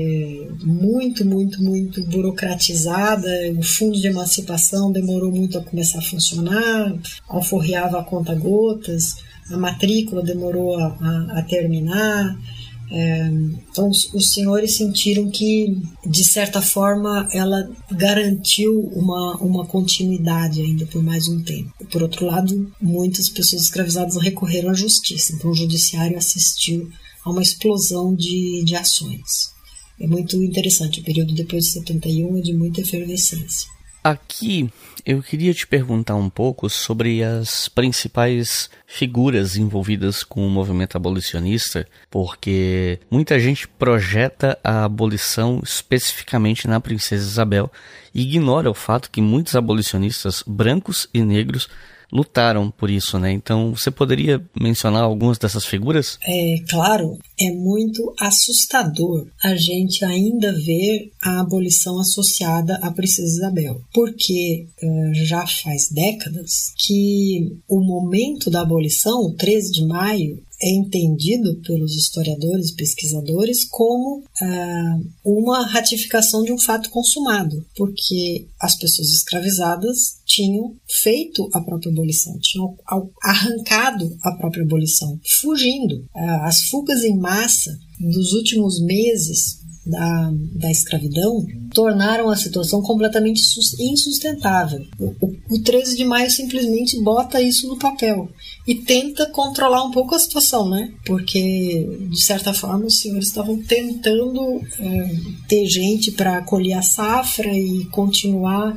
burocratizada. O fundo de emancipação demorou muito a começar a funcionar, alforriava a conta-gotas, a matrícula demorou a terminar. Então os senhores sentiram que, de certa forma, ela garantiu uma continuidade ainda por mais um tempo. Por outro lado, muitas pessoas escravizadas recorreram à justiça, então o judiciário assistiu a uma explosão de ações. É muito interessante, o período depois de 71 é de muita efervescência. Aqui eu queria te perguntar um pouco sobre as principais figuras envolvidas com o movimento abolicionista, porque muita gente projeta a abolição especificamente na Princesa Isabel e ignora o fato que muitos abolicionistas brancos e negros lutaram por isso, né? Então, você poderia mencionar algumas dessas figuras? Claro, é muito assustador a gente ainda ver a abolição associada à Princesa Isabel, porque já faz décadas que o momento da abolição, o 13 de maio, é entendido pelos historiadores e pesquisadores como uma ratificação de um fato consumado, porque as pessoas escravizadas tinham feito a própria abolição, tinham arrancado a própria abolição, fugindo. As fugas em massa dos últimos meses da escravidão tornaram a situação completamente insustentável. O 13 de maio simplesmente bota isso no papel e tenta controlar um pouco a situação, né? Porque, de certa forma, os senhores estavam tentando ter gente para colher a safra e continuar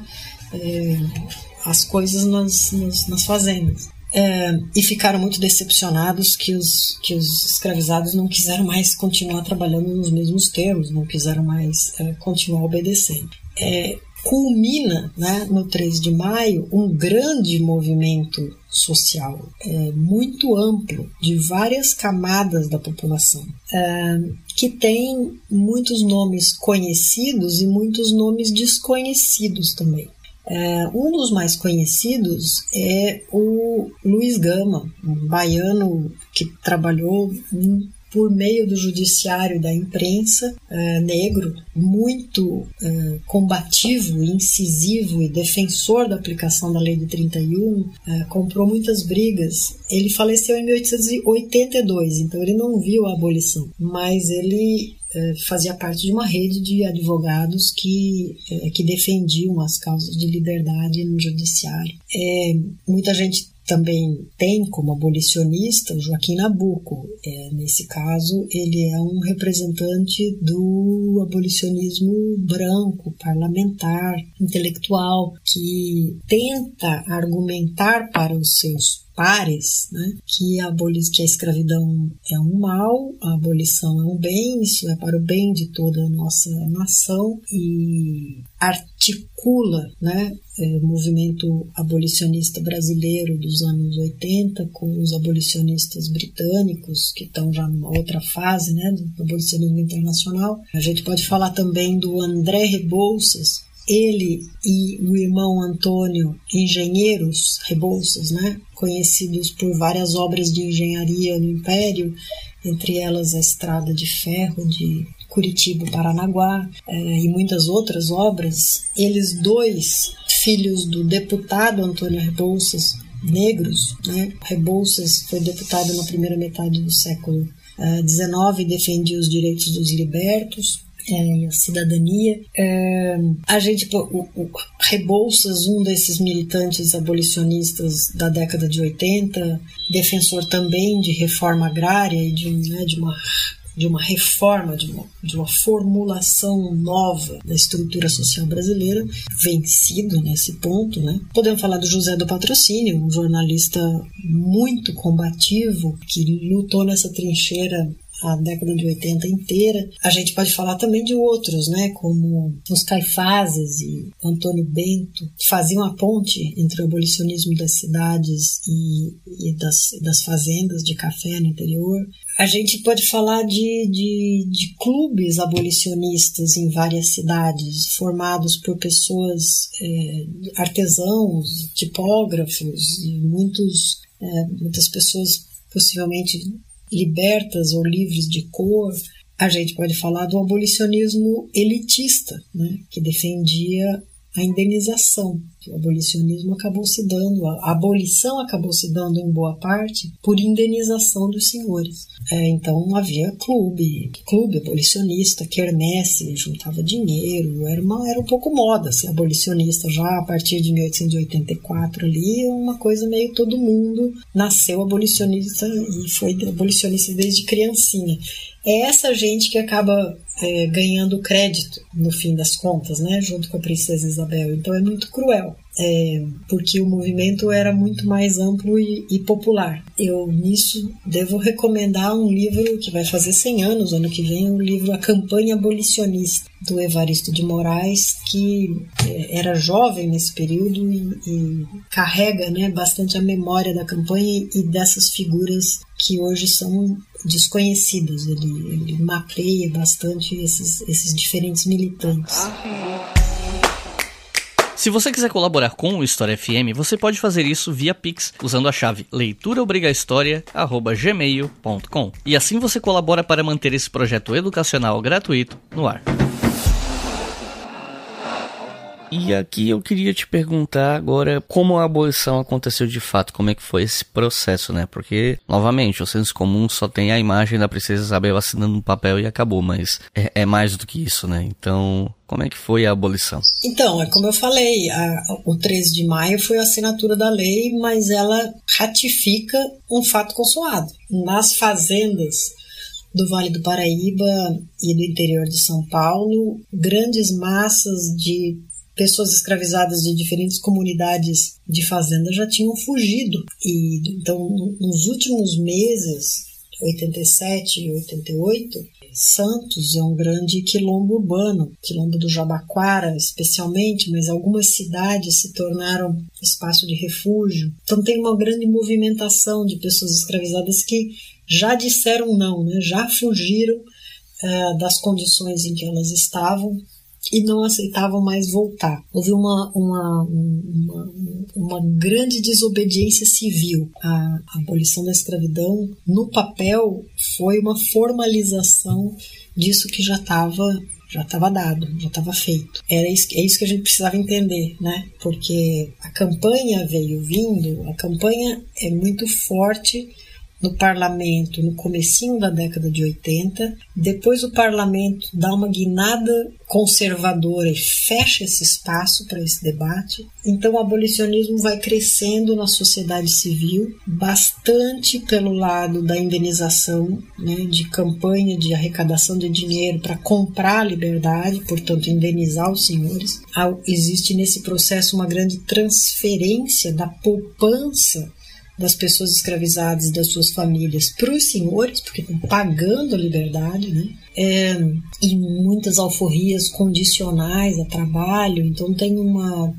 as coisas nas fazendas. E ficaram muito decepcionados que os escravizados não quiseram mais continuar trabalhando nos mesmos termos, não quiseram mais continuar obedecendo. Culmina, né, no 3 de maio um grande movimento social muito amplo, de várias camadas da população, que tem muitos nomes conhecidos e muitos nomes desconhecidos também. Um dos mais conhecidos é o Luiz Gama, um baiano que trabalhou por meio do judiciário e da imprensa, negro, muito combativo, incisivo e defensor da aplicação da Lei de 31, comprou muitas brigas. Ele faleceu em 1882, então ele não viu a abolição, mas ele fazia parte de uma rede de advogados que defendiam as causas de liberdade no judiciário. Muita gente também tem como abolicionista o Joaquim Nabuco. Nesse caso, ele é um representante do abolicionismo branco, parlamentar, intelectual, que tenta argumentar para os seus pares, né? Que a escravidão é um mal, a abolição é um bem, isso é para o bem de toda a nossa nação, e articula, né, o movimento abolicionista brasileiro dos anos 80 com os abolicionistas britânicos, que estão já numa outra fase, né, do abolicionismo internacional. A gente pode falar também do André Rebouças, ele e o irmão Antônio, engenheiros Rebouças, né, conhecidos por várias obras de engenharia no Império, entre elas a Estrada de Ferro de Curitiba-Paranaguá, e muitas outras obras. Eles dois, filhos do deputado Antônio Rebouças, negros, né? Rebouças foi deputado na primeira metade do século XIX e defendia os direitos dos libertos, a cidadania. O Rebouças, um desses militantes abolicionistas da década de 80, defensor também de reforma agrária e de uma reforma, de uma formulação nova da estrutura social brasileira, vencido nesse ponto, né? Podemos falar do José do Patrocínio, um jornalista muito combativo, que lutou nessa trincheira a década de 80 inteira. A gente pode falar também de outros, né, como os Caifases e Antônio Bento, que faziam a ponte entre o abolicionismo das cidades e das fazendas de café no interior. A gente pode falar de clubes abolicionistas em várias cidades, formados por pessoas, artesãos, tipógrafos, e muitas pessoas possivelmente libertas ou livres de cor. A gente pode falar do abolicionismo elitista, né, que defendia a indenização. O abolicionismo acabou se dando, a abolição acabou se dando em boa parte por indenização dos senhores. Então havia clube abolicionista, quermesse, juntava dinheiro, era um pouco moda ser abolicionista já a partir de 1884 ali, uma coisa meio todo mundo nasceu abolicionista e foi abolicionista desde criancinha. É essa gente que acaba ganhando crédito no fim das contas, né, junto com a princesa Isabel. Então é muito cruel, porque o movimento era muito mais amplo e popular. Eu, nisso, devo recomendar um livro que vai fazer 100 anos, ano que vem, o livro A Campanha Abolicionista, do Evaristo de Moraes, que era jovem nesse período e carrega, né, bastante a memória da campanha e dessas figuras que hoje são desconhecidas. Ele mapeia bastante esses diferentes militantes. Se você quiser colaborar com o História FM, você pode fazer isso via Pix, usando a chave leituraobrigahistoria@gmail.com. E assim você colabora para manter esse projeto educacional gratuito no ar. E aqui eu queria te perguntar agora como a abolição aconteceu de fato, como é que foi esse processo, né? Porque, novamente, o senso comum só tem a imagem da princesa Isabel assinando um papel e acabou, mas é mais do que isso, né? Então, como é que foi a abolição? Então, como eu falei, o 13 de maio foi a assinatura da lei, mas ela ratifica um fato consumado. Nas fazendas do Vale do Paraíba e do interior de São Paulo, grandes massas de pessoas escravizadas de diferentes comunidades de fazenda já tinham fugido. E então, nos últimos meses, 87 e 88, Santos é um grande quilombo urbano, quilombo do Jabaquara especialmente, mas algumas cidades se tornaram espaço de refúgio. Então tem uma grande movimentação de pessoas escravizadas que já disseram não, né? Já fugiram das condições em que elas estavam e não aceitavam mais voltar. Houve uma grande desobediência civil. A abolição da escravidão, no papel, foi uma formalização disso que já estava dado, já estava feito. É isso que a gente precisava entender, né? Porque a campanha a campanha é muito forte no parlamento no comecinho da década de 80, depois o parlamento dá uma guinada conservadora e fecha esse espaço para esse debate. Então o abolicionismo vai crescendo na sociedade civil, bastante pelo lado da indenização, né, de campanha de arrecadação de dinheiro para comprar a liberdade, portanto indenizar os senhores. Existe nesse processo uma grande transferência da poupança das pessoas escravizadas e das suas famílias para os senhores, porque estão pagando a liberdade, né? E muitas alforrias condicionais a trabalho, então tem uma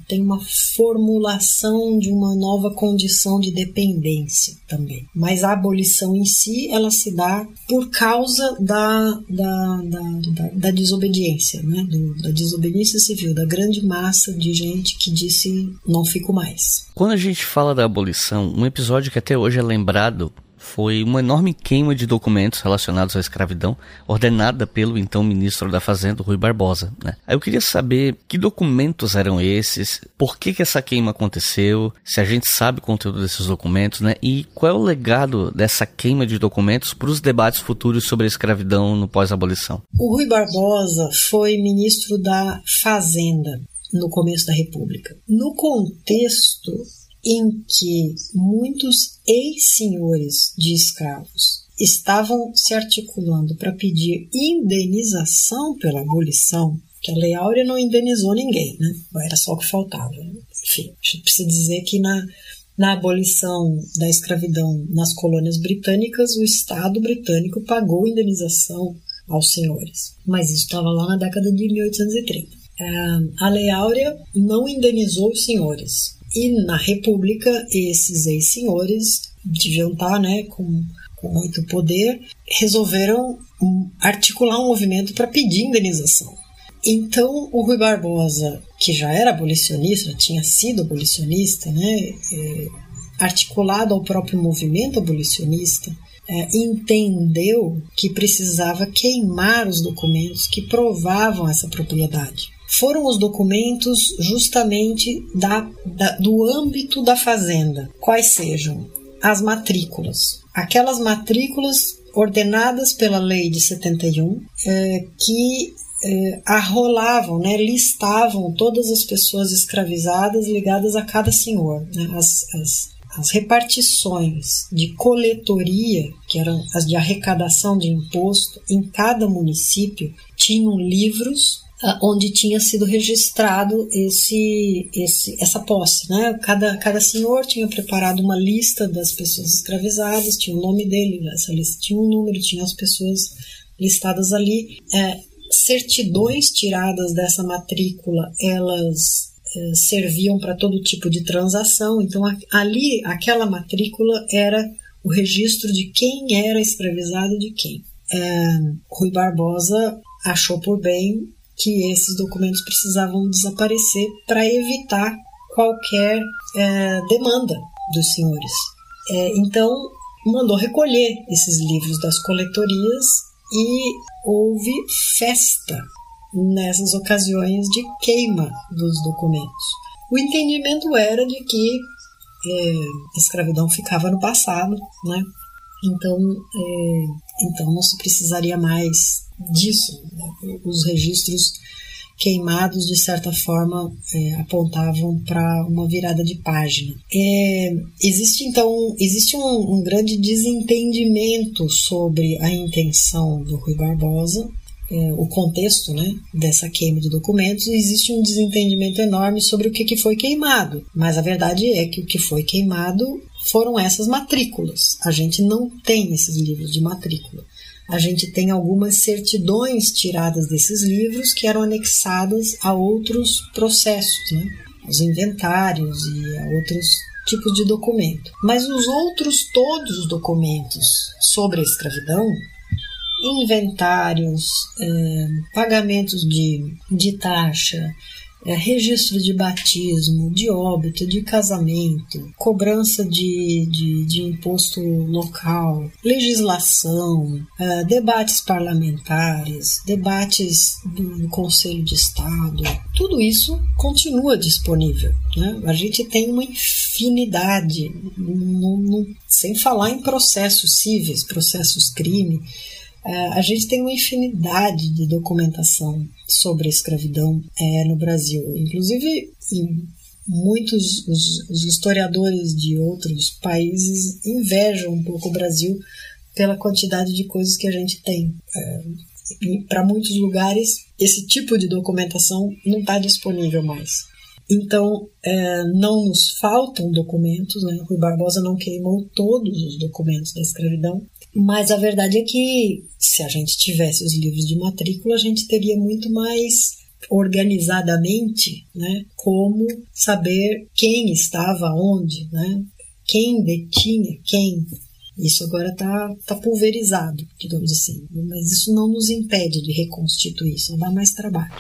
formulação de uma nova condição de dependência também. Mas a abolição em si, ela se dá por causa da desobediência, né? Da desobediência civil, da grande massa de gente que disse não fico mais. Quando a gente fala da abolição, um episódio que até hoje é lembrado foi uma enorme queima de documentos relacionados à escravidão, ordenada pelo então ministro da Fazenda, Rui Barbosa, né? Aí eu queria saber que documentos eram esses, por que essa queima aconteceu, se a gente sabe o conteúdo desses documentos, né? E qual é o legado dessa queima de documentos para os debates futuros sobre a escravidão no pós-abolição. O Rui Barbosa foi ministro da Fazenda no começo da República. No contexto em que muitos ex-senhores de escravos estavam se articulando para pedir indenização pela abolição, que a Lei Áurea não indenizou ninguém, né? Era só o que faltava. Enfim, a gente precisa dizer que na abolição da escravidão nas colônias britânicas, o Estado britânico pagou indenização aos senhores. Mas isso estava lá na década de 1830. A Lei Áurea não indenizou os senhores. E na República, esses ex-senhores deviam estar, né, com muito poder, resolveram articular um movimento para pedir indenização. Então, o Rui Barbosa, que já era abolicionista, tinha sido abolicionista, né, articulado ao próprio movimento abolicionista, entendeu que precisava queimar os documentos que provavam essa propriedade. Foram os documentos justamente do âmbito da fazenda, quais sejam as matrículas. Aquelas matrículas ordenadas pela Lei de 71, que arrolavam, né, listavam todas as pessoas escravizadas ligadas a cada senhor, né, as repartições de coletoria, que eram as de arrecadação de imposto, em cada município tinham livros onde tinha sido registrado essa posse, né? Cada senhor tinha preparado uma lista das pessoas escravizadas, tinha o nome dele, essa lista tinha um número, tinha as pessoas listadas ali. Certidões tiradas dessa matrícula, elas serviam para todo tipo de transação. Então ali, aquela matrícula era o registro de quem era escravizado de quem. Rui Barbosa achou por bem que esses documentos precisavam desaparecer para evitar qualquer demanda dos senhores. Então, mandou recolher esses livros das coletorias e houve festa nessas ocasiões de queima dos documentos. O entendimento era de que a escravidão ficava no passado, né? Então não se precisaria mais disso. Os registros queimados, de certa forma, apontavam para uma virada de página. Existe um grande desentendimento sobre a intenção do Rui Barbosa, o contexto, né, dessa queima de documentos. Existe um desentendimento enorme sobre o que foi queimado, mas a verdade é que o que foi queimado foram essas matrículas. A gente não tem esses livros de matrícula. A gente tem algumas certidões tiradas desses livros que eram anexadas a outros processos, né? Os inventários e a outros tipos de documento. Mas todos os documentos sobre a escravidão, inventários, pagamentos de taxa, registro de batismo, de óbito, de casamento, cobrança de imposto local, legislação, debates parlamentares, debates do Conselho de Estado, tudo isso continua disponível, né? A gente tem uma infinidade, sem falar em processos cíveis, processos crime. A gente tem uma infinidade de documentação sobre a escravidão no Brasil. Inclusive, muitos os historiadores de outros países invejam um pouco o Brasil pela quantidade de coisas que a gente tem. Para muitos lugares, esse tipo de documentação não está disponível mais. Então, não nos faltam documentos, né? Rui Barbosa não queimou todos os documentos da escravidão, mas a verdade é que se a gente tivesse os livros de matrícula, a gente teria muito mais organizadamente, né, como saber quem estava onde, né, quem detinha quem. Isso agora está pulverizado, digamos assim, mas isso não nos impede de reconstituir, só dá mais trabalho.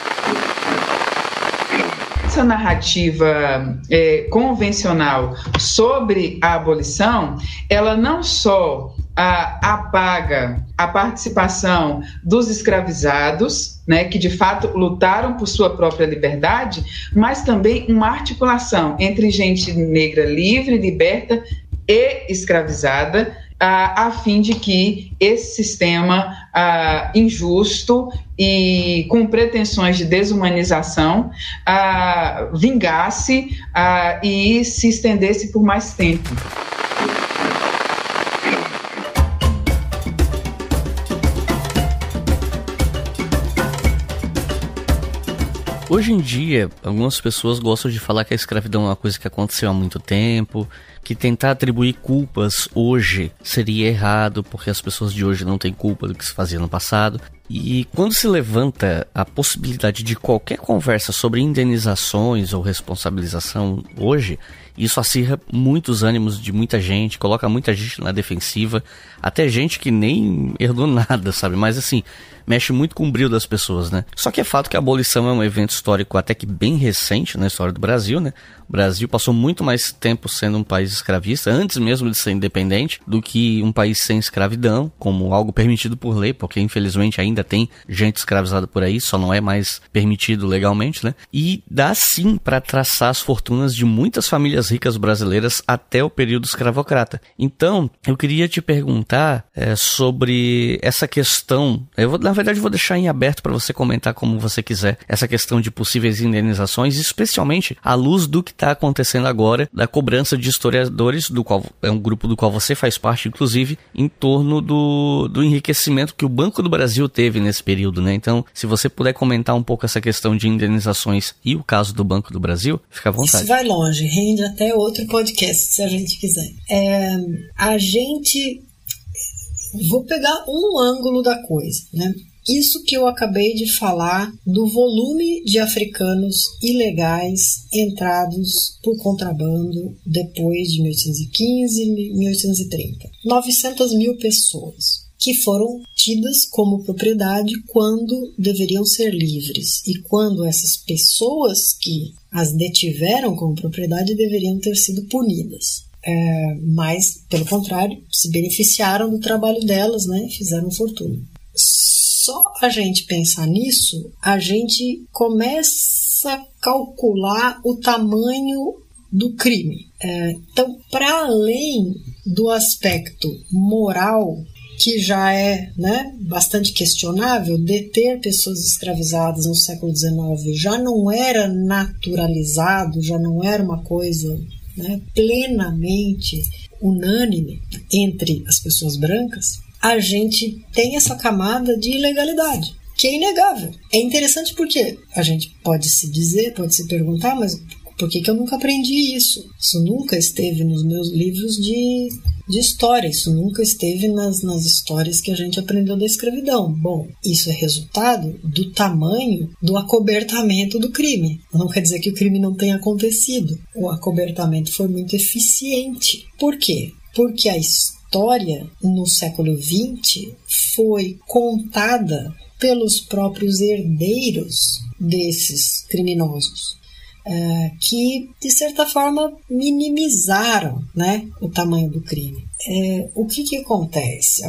Essa narrativa convencional sobre a abolição, ela não só apaga a participação dos escravizados, né, que de fato lutaram por sua própria liberdade, mas também uma articulação entre gente negra livre, liberta e escravizada, a fim de que esse sistema injusto e com pretensões de desumanização vingasse e se estendesse por mais tempo. Hoje em dia, algumas pessoas gostam de falar que a escravidão é uma coisa que aconteceu há muito tempo, que tentar atribuir culpas hoje seria errado, porque as pessoas de hoje não têm culpa do que se fazia no passado. E quando se levanta a possibilidade de qualquer conversa sobre indenizações ou responsabilização hoje, isso acirra muitos ânimos de muita gente, coloca muita gente na defensiva, até gente que nem herdou nada, sabe? Mas assim, mexe muito com o brilho das pessoas, né? Só que é fato que a abolição é um evento histórico até que bem recente na história do Brasil, né? O Brasil passou muito mais tempo sendo um país escravista, antes mesmo de ser independente, do que um país sem escravidão, como algo permitido por lei, porque infelizmente ainda tem gente escravizada por aí, só não é mais permitido legalmente, né? E dá sim para traçar as fortunas de muitas famílias ricas brasileiras até o período escravocrata. Então, eu queria te perguntar sobre essa questão. Na verdade, vou deixar em aberto para você comentar como você quiser essa questão de possíveis indenizações, especialmente à luz do que está acontecendo agora, da cobrança de historiadores, do qual é um grupo do qual você faz parte, inclusive, em torno do enriquecimento que o Banco do Brasil teve nesse período, né? Então, se você puder comentar um pouco essa questão de indenizações e o caso do Banco do Brasil, fica à vontade. Isso vai longe, rende até outro podcast, se a gente quiser. Vou pegar um ângulo da coisa, né? Isso que eu acabei de falar do volume de africanos ilegais entrados por contrabando depois de 1815 e 1830. 900 mil pessoas que foram tidas como propriedade quando deveriam ser livres e quando essas pessoas que as detiveram como propriedade deveriam ter sido punidas. Mas, pelo contrário, se beneficiaram do trabalho delas, né? Fizeram fortuna. Só a gente pensar nisso, a gente começa a calcular o tamanho do crime. Então, para além do aspecto moral, que já é, né, bastante questionável, deter pessoas escravizadas no século XIX já não era naturalizado, já não era uma coisa, né, plenamente unânime entre as pessoas brancas, a gente tem essa camada de ilegalidade, que é inegável. É interessante porque a gente pode se perguntar, mas por que eu nunca aprendi isso? Isso nunca esteve nos meus livros de história, isso nunca esteve nas histórias que a gente aprendeu da escravidão. Bom, isso é resultado do tamanho do acobertamento do crime. Não quer dizer que o crime não tenha acontecido. O acobertamento foi muito eficiente. Por quê? Porque a história no século XX foi contada pelos próprios herdeiros desses criminosos. Que, de certa forma, minimizaram, né, o tamanho do crime. O que acontece?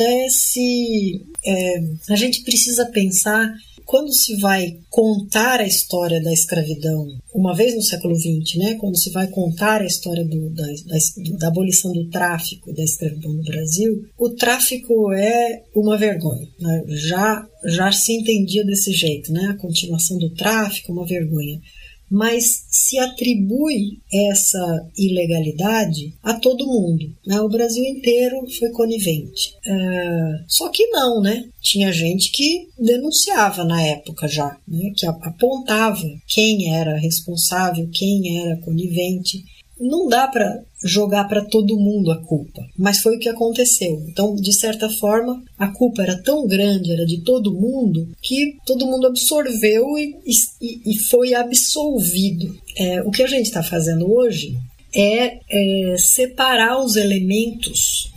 A gente precisa pensar, quando se vai contar a história da escravidão, uma vez no século XX, né, quando se vai contar a história da abolição do tráfico e da escravidão no Brasil, o tráfico é uma vergonha, né? Já se entendia desse jeito, né? A continuação do tráfico é uma vergonha. mas se atribui essa ilegalidade a todo mundo, né? O Brasil inteiro foi conivente. Só que não, né? Tinha gente que denunciava na época já, né? Que apontava quem era responsável, quem era conivente. Não dá para jogar para todo mundo a culpa, mas foi o que aconteceu. Então, de certa forma, a culpa era tão grande, era de todo mundo, que todo mundo absorveu e foi absolvido. O que a gente está fazendo hoje é separar os elementos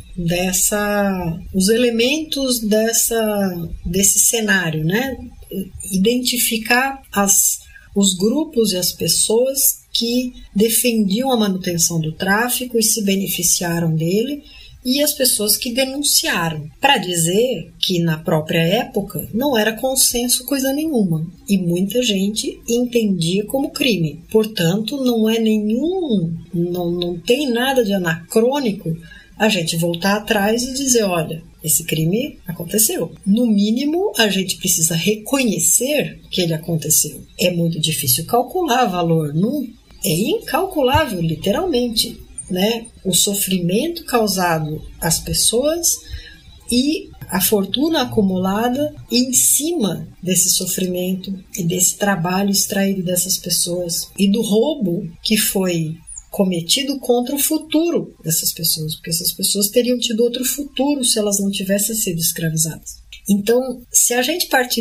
desse cenário, né? Identificar os grupos e as pessoas que defendiam a manutenção do tráfico e se beneficiaram dele, e as pessoas que denunciaram, para dizer que na própria época não era consenso coisa nenhuma, e muita gente entendia como crime. Portanto, não tem nada de anacrônico a gente voltar atrás e dizer, olha, esse crime aconteceu. No mínimo, a gente precisa reconhecer que ele aconteceu. É muito difícil calcular valor, não é incalculável, literalmente, né? O sofrimento causado às pessoas e a fortuna acumulada em cima desse sofrimento e desse trabalho extraído dessas pessoas e do roubo que foi cometido contra o futuro dessas pessoas, porque essas pessoas teriam tido outro futuro se elas não tivessem sido escravizadas. Então, se a gente partir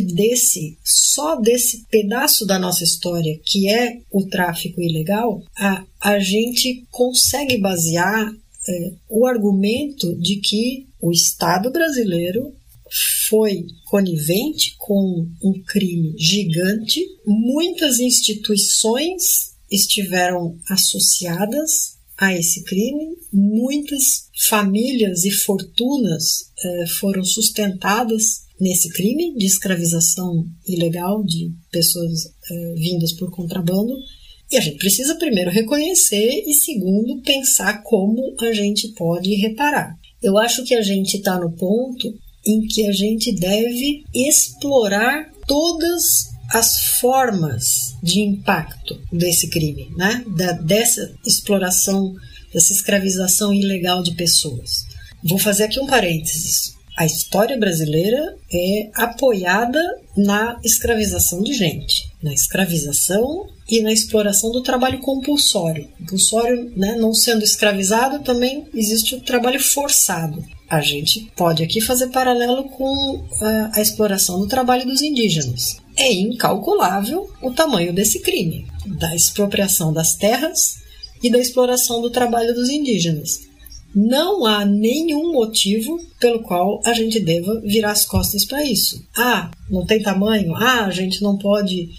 só desse pedaço da nossa história, que é o tráfico ilegal, a gente consegue basear o argumento de que o Estado brasileiro foi conivente com um crime gigante, muitas instituições estiveram associadas a esse crime, muitas famílias e fortunas foram sustentadas nesse crime de escravização ilegal de pessoas vindas por contrabando, e a gente precisa primeiro reconhecer e segundo pensar como a gente pode reparar. Eu acho que a gente está no ponto em que a gente deve explorar todas as formas de impacto desse crime, né? Dessa exploração, dessa escravização ilegal de pessoas. Vou fazer aqui um parênteses. A história brasileira é apoiada na escravização de gente, na escravização e na exploração do trabalho compulsório. Compulsório, né, não sendo escravizado, também existe o trabalho forçado. A gente pode aqui fazer paralelo com a exploração do trabalho dos indígenas. É incalculável o tamanho desse crime, da expropriação das terras e da exploração do trabalho dos indígenas. Não há nenhum motivo pelo qual a gente deva virar as costas para isso. Não tem tamanho? A gente não pode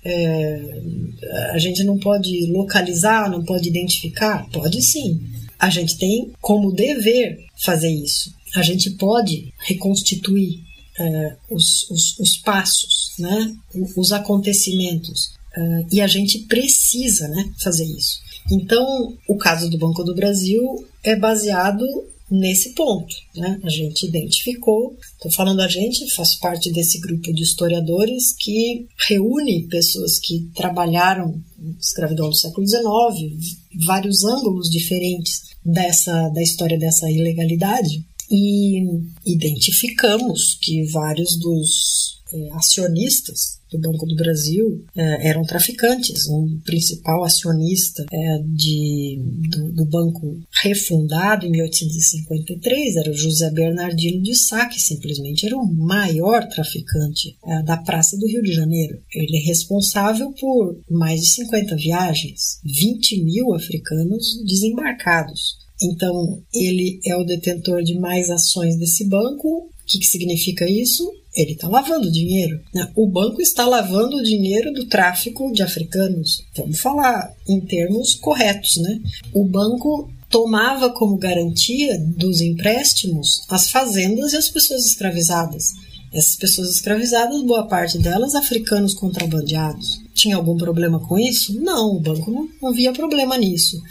localizar, não pode identificar? Pode sim. A gente tem como dever fazer isso. A gente pode reconstituir os passos, né? Os acontecimentos. E a gente precisa, né, fazer isso. Então, o caso do Banco do Brasil é baseado nesse ponto, né? A gente identificou, estou falando a gente, faço parte desse grupo de historiadores que reúne pessoas que trabalharam na escravidão do século XIX, vários ângulos diferentes da história dessa ilegalidade, e identificamos que vários dos acionistas do Banco do Brasil eram traficantes. Um principal acionista do banco refundado em 1853 era o José Bernardino de Sá, que simplesmente era o maior traficante da Praça do Rio de Janeiro. Ele é responsável por mais de 50 viagens, 20 mil africanos desembarcados. Então, ele é o detentor de mais ações desse banco. O que significa isso? Ele está lavando dinheiro, né? O banco está lavando o dinheiro do tráfico de africanos. Vamos falar em termos corretos, né? O banco tomava como garantia dos empréstimos as fazendas e as pessoas escravizadas. Essas pessoas escravizadas, boa parte delas africanos contrabandeados. Tinha algum problema com isso? Não, o banco não via problema nisso.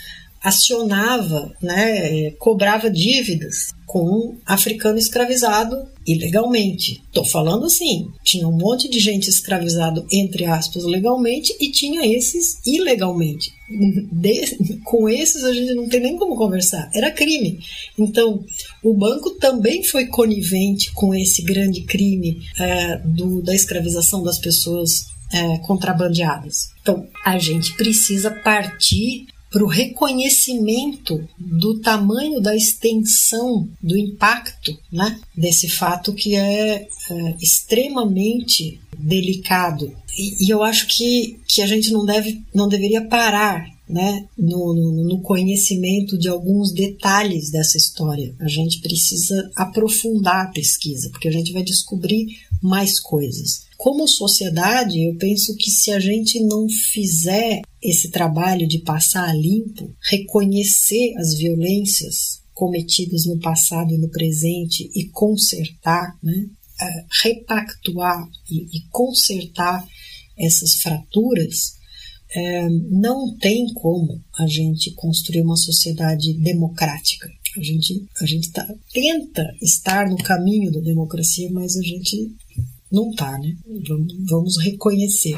acionava, né, cobrava dívidas com africano escravizado ilegalmente. Estou falando assim, tinha um monte de gente escravizado, entre aspas, legalmente, e tinha esses ilegalmente. Com esses a gente não tem nem como conversar, era crime. Então, o banco também foi conivente com esse grande crime da escravização das pessoas contrabandeadas. Então, a gente precisa partir para o reconhecimento do tamanho da extensão do impacto, né, desse fato que é extremamente delicado. E eu acho que a gente não deveria parar, né, no conhecimento de alguns detalhes dessa história. A gente precisa aprofundar a pesquisa, porque a gente vai descobrir mais coisas. Como sociedade, eu penso que se a gente não fizer esse trabalho de passar a limpo, reconhecer as violências cometidas no passado e no presente e consertar, né, repactuar e consertar essas fraturas, não tem como a gente construir uma sociedade democrática. A gente tenta estar no caminho da democracia, mas a gente não está, né? Vamos reconhecer.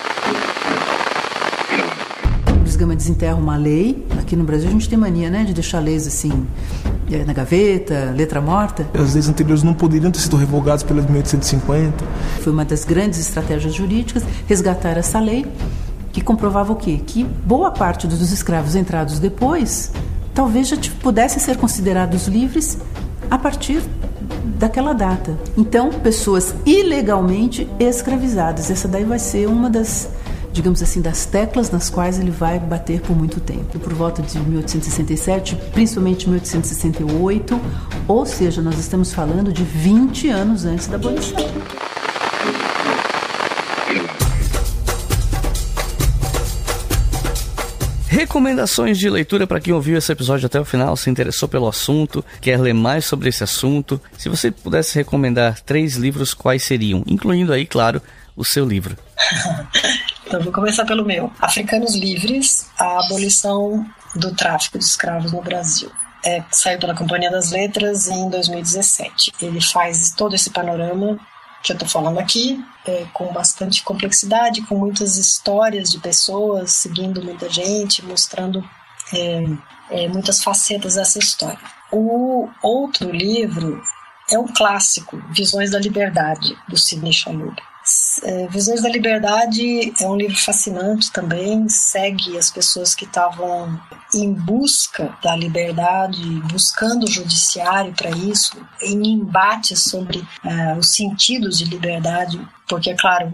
Luiz Gama desenterra uma lei. Aqui no Brasil a gente tem mania, né, de deixar leis assim na gaveta, letra morta. As leis anteriores não poderiam ter sido revogadas pela 1850. Foi uma das grandes estratégias jurídicas resgatar essa lei, que comprovava o quê? Que boa parte dos escravos entrados depois talvez já pudessem ser considerados livres a partir daquela data. Então, pessoas ilegalmente escravizadas. Essa daí vai ser uma das, digamos assim, das teclas nas quais ele vai bater por muito tempo. Por volta de 1867, principalmente 1868, ou seja, nós estamos falando de 20 anos antes da abolição. Recomendações de leitura para quem ouviu esse episódio até o final, se interessou pelo assunto, quer ler mais sobre esse assunto. Se você pudesse recomendar 3 livros, quais seriam? Incluindo aí, claro, o seu livro. Então, vou começar pelo meu. Africanos Livres, a abolição do tráfico de escravos no Brasil. Saiu pela Companhia das Letras em 2017. Ele faz todo esse panorama que eu estou falando aqui, com bastante complexidade, com muitas histórias de pessoas, seguindo muita gente, mostrando muitas facetas dessa história. O outro livro é um clássico, Visões da Liberdade, do Sidney Chalhoub. Visões da Liberdade é um livro fascinante também, segue as pessoas que estavam em busca da liberdade, buscando o judiciário para isso, em embates sobre os sentidos de liberdade, porque, é claro,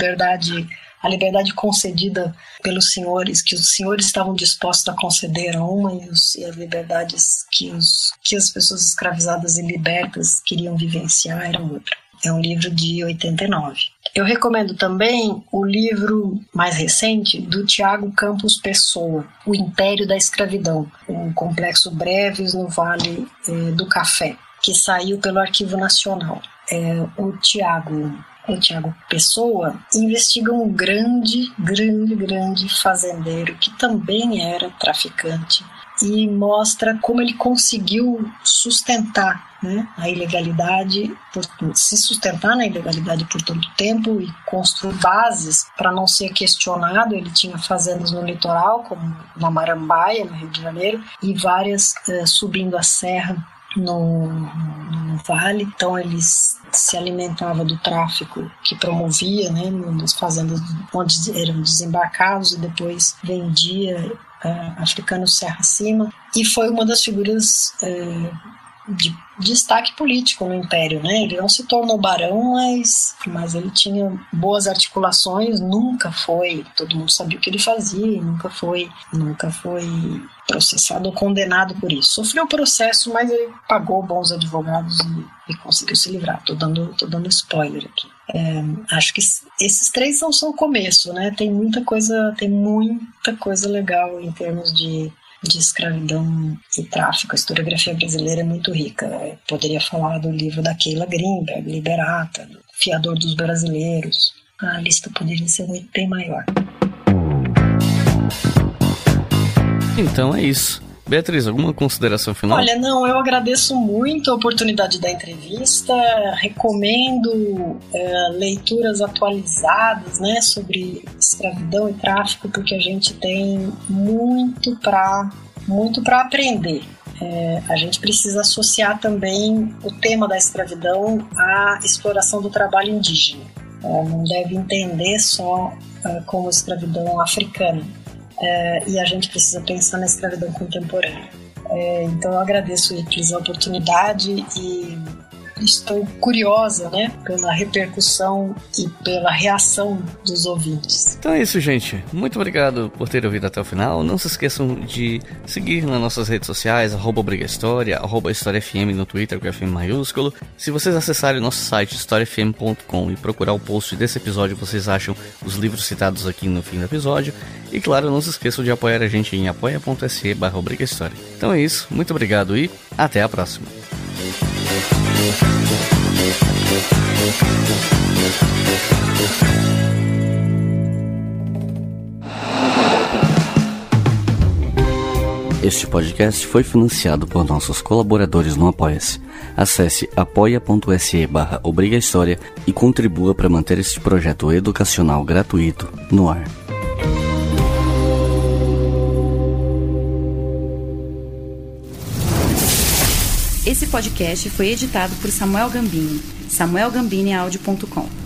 a liberdade concedida pelos senhores, que os senhores estavam dispostos a conceder a uma, e as liberdades que as pessoas escravizadas e libertas queriam vivenciar era outra. É um livro de 89. Eu recomendo também o livro mais recente do Tiago Campos Pessoa, O Império da Escravidão, um complexo breves no Vale do Café, que saiu pelo Arquivo Nacional. O Tiago Pessoa investiga um grande fazendeiro que também era traficante e mostra como ele conseguiu sustentar, né, a ilegalidade, se sustentar na ilegalidade por tanto tempo e construir bases para não ser questionado. Ele tinha fazendas no litoral, como na Marambaia, no Rio de Janeiro, e várias subindo a serra no vale. Então ele se alimentava do tráfico que promovia, né, nas fazendas onde eram desembarcados, e depois vendia africanos serra acima, e foi uma das figuras de destaque político no Império, né? Ele não se tornou barão, mas ele tinha boas articulações, nunca foi, todo mundo sabia o que ele fazia, nunca foi processado ou condenado por isso. Sofreu processo, mas ele pagou bons advogados e conseguiu se livrar. Tô dando spoiler aqui. Acho que esses 3 são o começo, né? Tem muita coisa legal em termos de escravidão e tráfico. A historiografia brasileira é muito rica. Eu poderia falar do livro da Keila Grimberg, Liberata, do Fiador dos Brasileiros. A lista poderia ser bem maior. Então é isso. Beatriz, alguma consideração final? Olha, não, eu agradeço muito a oportunidade da entrevista, recomendo leituras atualizadas, né, sobre escravidão e tráfico, porque a gente tem muito para aprender. A gente precisa associar também o tema da escravidão à exploração do trabalho indígena. Não deve entender só como escravidão africana. E a gente precisa pensar na escravidão contemporânea. Então eu agradeço, Euclides, a oportunidade e estou curiosa, né, pela repercussão e pela reação dos ouvintes. Então é isso, gente. Muito obrigado por ter ouvido até o final. Não se esqueçam de seguir nas nossas redes sociais, @BrigaHistória, @HistóriaFM no Twitter, com FM maiúsculo. Se vocês acessarem o nosso site, historiafm.com, e procurar o post desse episódio, vocês acham os livros citados aqui no fim do episódio. E claro, não se esqueçam de apoiar a gente em apoia.se/BrigaHistória. Então é isso, muito obrigado e até a próxima. Este podcast foi financiado por nossos colaboradores no Apoia-se. Acesse apoia.se/obrigahistoria e contribua para manter este projeto educacional gratuito no ar. Esse podcast foi editado por Samuel Gambini, samuelgambiniaudio.com.